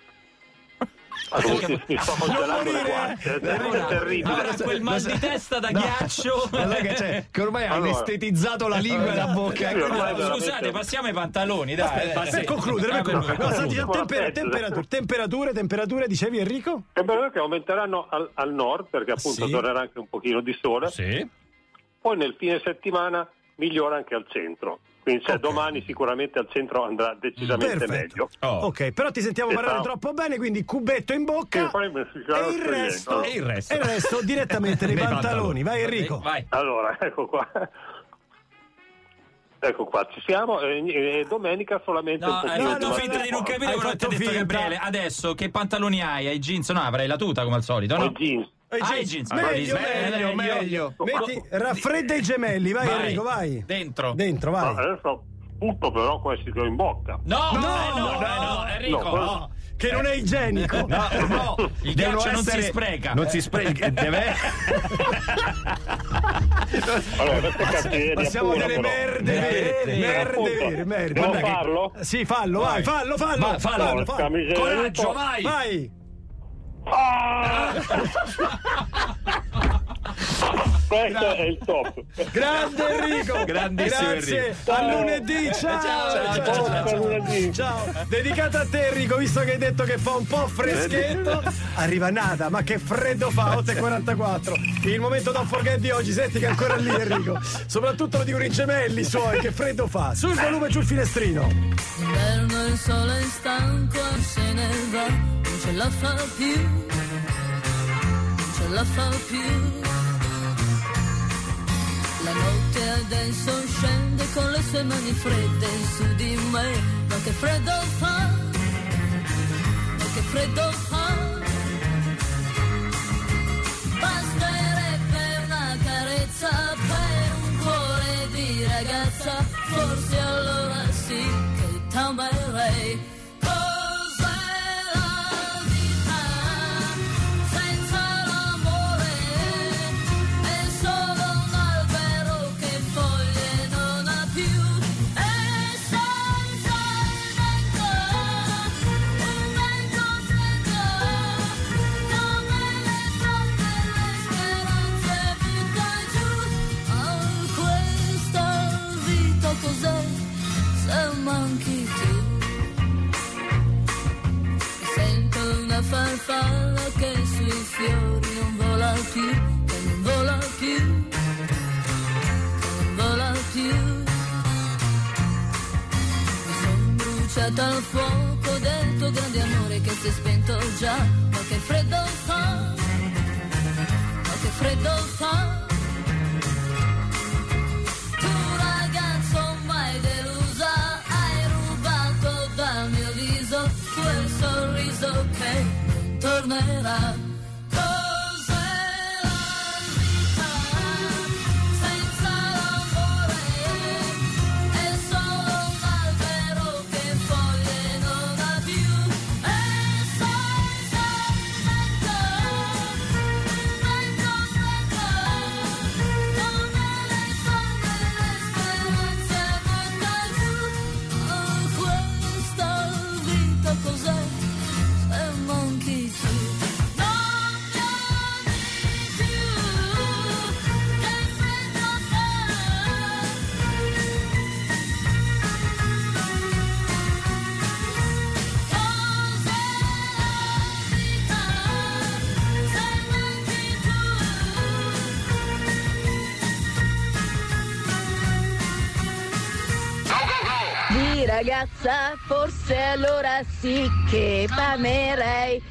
mi, mi sto congelando le guance, è, è terribile. Allora, quel mal di testa da No. ghiaccio. Allora che, c'è, che ormai hai Allora. anestetizzato la lingua e la bocca. Sì, ormai veramente- Scusate, passiamo ai pantaloni, dai. Aspetta, dai, per sì. concludere, per Ah, concludere. per- Cosa dice? concludere. Temper- temperature, temperature, temperature, dicevi Enrico? Temperature che aumenteranno al, al nord perché appunto Sì. tornerà anche un pochino di sole. Sì. Poi nel fine settimana migliora anche al centro. Quindi cioè, Ok. domani sicuramente al centro andrà decisamente Perfetto. meglio. Oh. Ok, però ti sentiamo Sì, parlare ciao. troppo bene, quindi cubetto in bocca Sì, poi mi si sta e il sciogliendo. resto, E il resto. e il resto direttamente nei Nei pantaloni. pantaloni. Vai Enrico. Vai. Allora, ecco qua. Ecco qua, ci siamo. E, e domenica solamente No, un hai pochino fatto di finta di non maltempo. capire Hai quello che ti ha fatto detto finta. Gabriele. Adesso che pantaloni hai? Hai jeans? No, avrai la tuta come al solito, Ho no? i jeans. Ah, i jeans. Meglio, Meglio, meglio, meglio. Metti, raffredda i gemelli, vai, Vai. Enrico, vai. Dentro. Dentro, vai. No, adesso butto però questi che ho in bocca. No, No, no, no, no, no, Enrico. no. no. Che non è igienico. No, no, Il devono ghiaccio non si essere- spreca. Non si spreca, deve. Allora, queste cattiverie Passiamo pure, delle però. merde vere, Vere, merde appunto. vere, merde. Devo Guarda che- farlo? Sì, fallo, vai, fallo, fallo. Va, fallo. fallo, Porca fallo. miseria. Coraggio, vai. Vai. Ah! Questo è il top. Grande Enrico. Grandissimo Grazie. Enrico. A lunedì, ciao. Ciao, Ciao, ciao, ciao, ciao, ciao. lunedì. Ciao. Dedicata a te Enrico, visto che hai detto che fa un po' freschetto. Arriva nada, ma che freddo fa, otto e quarantaquattro. Il momento don't forget di oggi, senti che è ancora lì Enrico. Soprattutto lo dicono i gemelli suoi, che freddo fa. Sul volume, giù il finestrino. Inverno il sole è stanco, se ne va, non ce la fa più, non ce la fa più. La notte adesso scende con le sue mani fredde su di me, ma che freddo fa, freddo fa. Basterebbe una carezza per un cuore di ragazza, forse allora sì che t'amerei. Farfalla che sui fiori non vola più, che non vola più, che non vola più. Mi son bruciata al fuoco del tuo grande amore che si è spento già, ma che freddo fa, ma che freddo fa. Tu ragazzo mai delusa, hai rubato dal mio viso quel sorriso che tornerà. Cos'è la vita senza l'amore? È solo un albero che foglie non ha più. E senza il vento, il vento freddo, come le somme le speranze butta giù. Oh, questa vita cos'è? Ragazza, forse allora sì che m'amerei.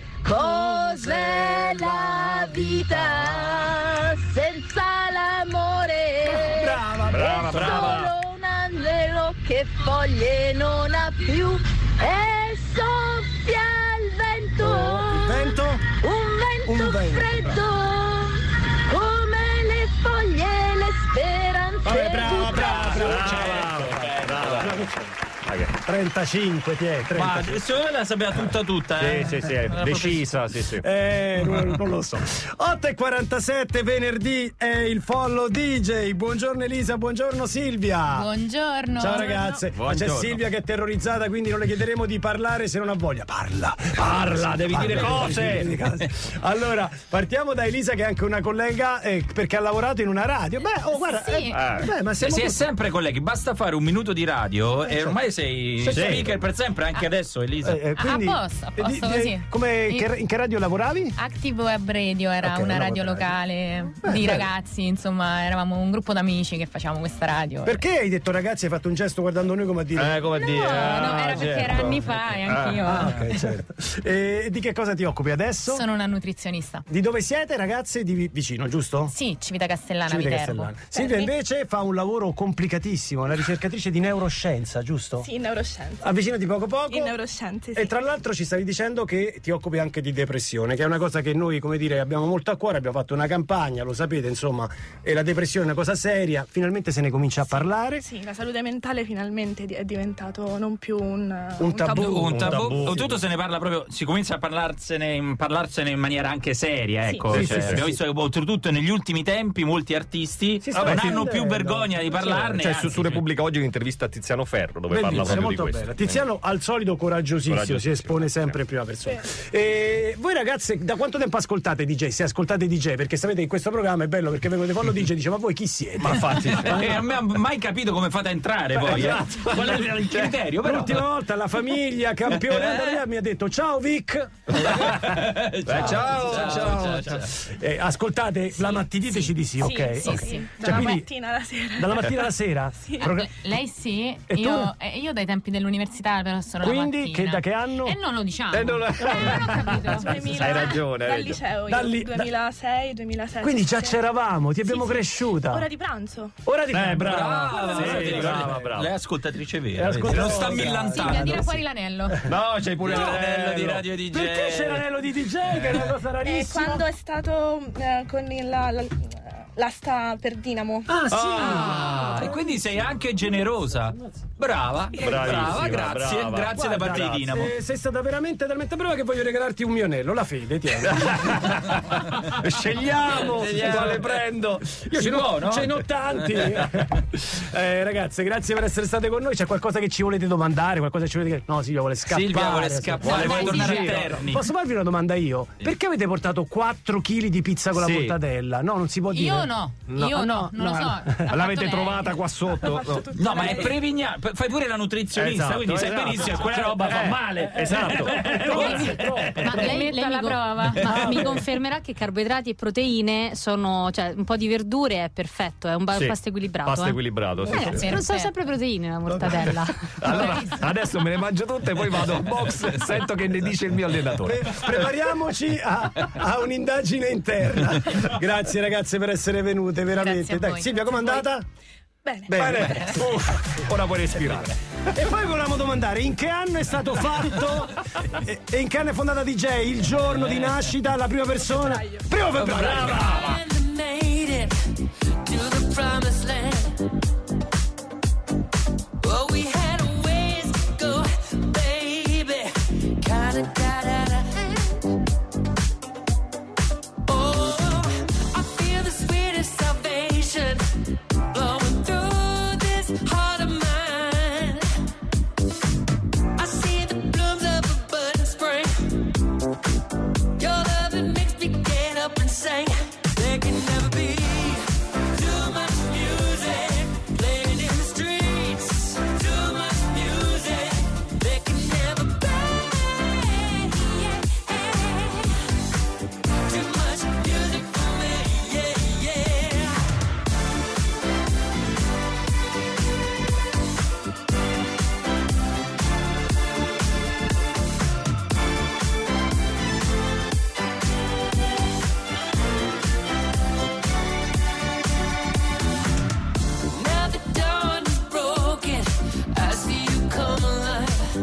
Cos'è la vita senza l'amore? Brava, brava, è brava. Solo un angelo che foglie non ha più e soffia il vento. Il vento? Un vento, Un vento, freddo come le foglie, le speranze. Vabbè, brava, brava, brava, brava, brava. trentacinque, Pier, Ma trentacinque. secondo me la sapeva tutta tutta, eh? Sì, sì, sì, è decisa, sì, sì. Eh, non, non lo so. otto e quarantasette venerdì è il Follow D J. Buongiorno Elisa, buongiorno Silvia. Buongiorno. Ciao ragazze. Ma c'è Buongiorno. Silvia che è terrorizzata, quindi non le chiederemo di parlare se non ha voglia. Parla. Parla, devi Parla, dire cose. devi dire cose. Allora, partiamo da Elisa che è anche una collega eh, perché ha lavorato in una radio. Beh, oh, guarda, Sì. eh, beh, ma siamo Si è tutti- sempre colleghi, basta fare un minuto di radio e ormai sei Sì, sì. speaker per sempre, anche adesso, Elisa. Eh, eh, quindi- a posto, a eh, posto di- così. eh, come, Io- che- in che radio lavoravi? Active Web Radio era Ok, una una radio web radio. locale Beh, di bello. ragazzi, insomma, eravamo un gruppo d'amici che facevamo questa radio. Perché hai detto ragazzi, hai fatto un gesto guardando noi come a dire? Eh, come a No, dire. no, ah, era perché era certo. anni fa e anch'io. Ah, ok, certo. E di che cosa ti occupi adesso? Sono una nutrizionista. Di dove siete, ragazze? Di vi- vicino, giusto? Sì, Civita Castellana, Civita Viterbo. Castellana. Silvia invece fa un lavoro complicatissimo, è una ricercatrice di neuroscienza, giusto? Sì, in neuroscienze. Avvicinati poco poco. In neuroscienze, sì. E tra l'altro ci stavi dicendo che ti occupi anche di depressione, che è una cosa che noi, come dire, abbiamo molto a cuore, abbiamo fatto una campagna, lo sapete, insomma, e la depressione è una cosa seria, finalmente se ne comincia a parlare. Sì, la salute mentale finalmente è diventato non più un, Un tabù. Un tabù, Un tabù. tutto se ne parla proprio, si comincia a parlarsene in, parlarsene in maniera anche seria, Sì. ecco. Sì, Cioè, sì, sì, abbiamo sì. visto che oltretutto negli ultimi tempi molti artisti Si non sta hanno più diffondendo. vergogna di parlarne. Cioè, su, anzi, su Repubblica oggi un'intervista a Tiziano Ferro dove Bellissimo, parla proprio molto di questo. bella. Tiziano al solito coraggiosissimo, Coraggiosissimo, si espone sempre in prima persona. E voi ragazze, da quanto tempo ascoltate D J? Se ascoltate D J, perché sapete che questo programma è bello perché vengo di Follow D J e dice ma voi chi siete? Ma infatti, E non abbiamo mai capito come fate a entrare poi. eh. Esatto. Qual è il criterio? Però. L'ultima volta la famiglia campione Andrea mi ha detto ciao Vic. Eh, ciao, ciao, ciao, ciao. Eh, ascoltate la mattina, diteci di sì, ok? Sì, ok. sì, Cioè, dalla quindi- mattina alla sera. dalla mattina alla sera? Sì. Progra- Lei sì, E tu? io, eh, io dai tempi tempi dell'università, però sono la Quindi, mattina. che da che anno? E non lo diciamo. Eh, non lo- Eh, non ho capito. duemila Hai ragione, Dal hai liceo, io, Dal li- duemilasei duemilasette. Quindi già c'eravamo, ti abbiamo Sì, sì. cresciuta. Ora di pranzo. Ora di Eh, brava. Brava, Sì, sì, brava, brava. Lei è ascoltatrice È vera, vedi? ascoltatrice. non sta Silvia, millantando. Silvia, tira fuori l'anello. No, c'hai pure No, l'anello. l'anello di Radio D J. Perché c'è l'anello di D J che è una cosa E rarissima? quando è stato eh, con il- la, la, l'asta per Dinamo. Ah, sì. Ah, e quindi sei anche generosa. Brava, brava, Bravissima, grazie, brava. grazie da Guarda, parte di Dinamo. se- sei stata veramente talmente brava che voglio regalarti un mio anello, la fede, tieni. Scegliamo, Scegliamo. quale prendo. Io Si ce n'ho, può, no? ce n'ho tanti. eh, ragazze, grazie per essere state con noi. C'è qualcosa che ci volete domandare? Qualcosa che ci volete. No, Silvia vuole scappare. Silvia vuole scappare, vuole tornare a Terni. Posso farvi una domanda io? Perché avete portato quattro chili di pizza con Sì. la mortadella? No, non si può dire. Io no, io no, non lo so. L'ha fatto L'avete lei. trovata qua sotto? No. No, ma è Prevignano. Fai pure la nutrizionista, Esatto, quindi sai esatto. benissimo che quella roba fa Eh, male. esatto. Ma lei, lei mi, prova. ma mi confermerà che carboidrati e proteine sono, cioè un po' di verdure è perfetto, è un ba- Sì, pasto equilibrato. pasto eh. equilibrato, sì, Eh, sì. non sono sempre proteine la mortadella. Allora, adesso me ne mangio tutte e poi vado al box. Sento che ne dice il mio allenatore. Pre- prepariamoci a, a un'indagine interna. Grazie ragazze per essere venute, veramente. Grazie a Dai, voi. Silvia, com'è andata? Bene. Bene. Uff, ora puoi respirare. E poi volevamo domandare in che anno è stato fatto e, e in che anno è fondata D J? Il giorno di nascita, la prima persona? Primo febbraio. Brava. Made it to the promised land. Oh, we had a ways to go, baby. Kinda got out of hand. Oh, I feel the sweetest salvation blowing through this heart of mine. I see the blooms of a budding spring. Your love, it makes me get up and sing. There can never be too much music playing in the streets. Too much music, there can never be too much music for me, yeah, yeah. Now the dawn is broken, I see you come alive.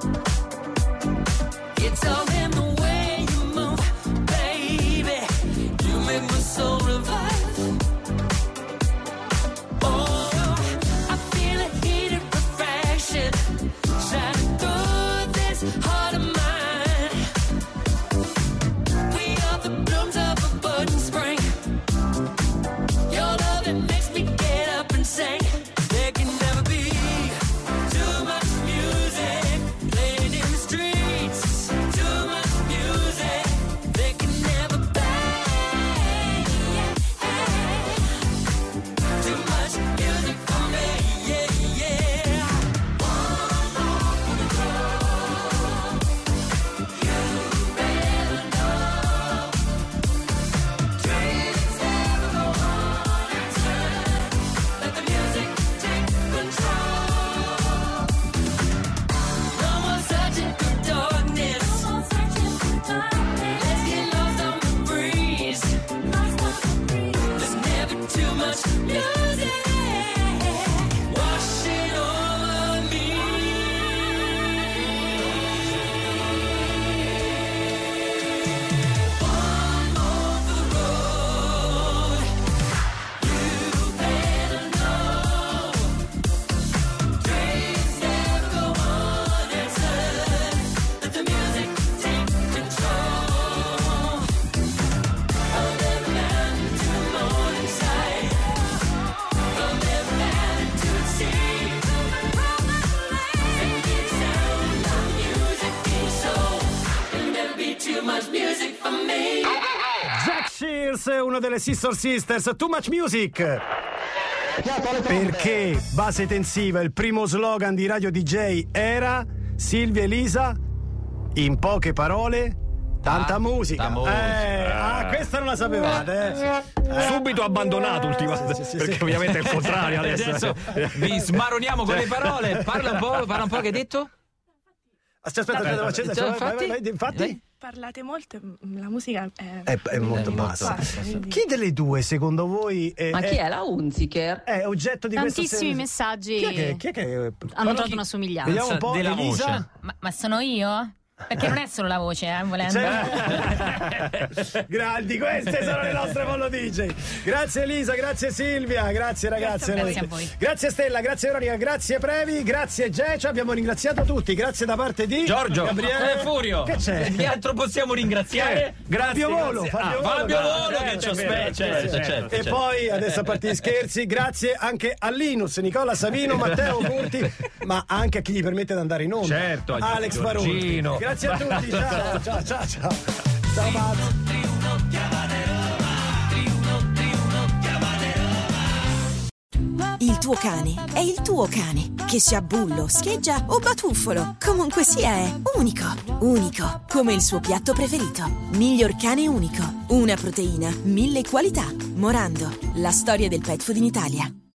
It's all in the way you move, baby. You make my soul revive. Oh, I feel a heated refraction shining through this heart of mine. We are the blooms of a budding spring. Your love, it makes me get up and sing. There can never be too much music playing in the streets. Too much music, there can never be too much music for me, yeah, yeah. One more for the road. You better know. Dreams never go on and turn. Let the music take control. No more searching for darkness. Let's get lost on the breeze. There's never too much music washing over me. One more for the road. You better know. Dreams never go unanswered. Let the music take control of every mountain to the morning side, from every valley to the sea. Make it sound of music in your soul. There'll never be too much music for me. Jack Shears, uno delle Sister Sisters, Too Much Music. Perché base tensiva, il primo slogan di Radio D J era Silvia Elisa, in poche parole, Tanta musica. Tanta musica. Eh, ah, questa non la sapevate, eh? Subito abbandonato ultimamente, sì, sì, perché sì. ovviamente è il contrario adesso. Adesso vi smaroniamo con le parole. Parla un po', parla un po' che hai detto? Aspetta, aspetta, aspetta, Cioè, vai, vai, vai, vai, infatti vai. Parlate molto, la musica è, è, è molto bassa. bassa, quindi- Chi delle due, secondo voi, è, Ma chi è la Hunziker? è oggetto di questo Tantissimi sen- messaggi Chi è che, chi è che... hanno trovato una somiglianza. Vediamo un po', Della Elisa. voce. Ma, ma sono io? Perché non è solo la voce, eh, volendo. Cioè- Grandi, queste sono le nostre Pollo D J. Grazie Elisa, grazie Silvia, grazie ragazze. Grazie a voi. Grazie Stella, grazie Veronica, grazie Previ, grazie Gecio, abbiamo ringraziato tutti, grazie da parte di Giorgio, Gabriele eh, Furio. Che c'è? Chi altro possiamo ringraziare? Grazie, Fabio Volo, grazie. Fabio Ah, Volo, Fabio grazie. Volo che ci aspetta. Certo, certo, E certo. poi, adesso a parte gli scherzi, grazie anche a Linus, Nicola Savino, Matteo Curti, ma anche a chi gli permette di andare in onda. Certo, a Alex Baroni. Giorgino. Grazie a tutti, ciao, ciao, ciao, ciao. Ciao Matt. Il tuo cane è il tuo cane, che sia bullo, scheggia o batuffolo, comunque sia è unico, unico, come il suo piatto preferito. Miglior cane unico, una proteina, mille qualità. Morando, la storia del pet food in Italia.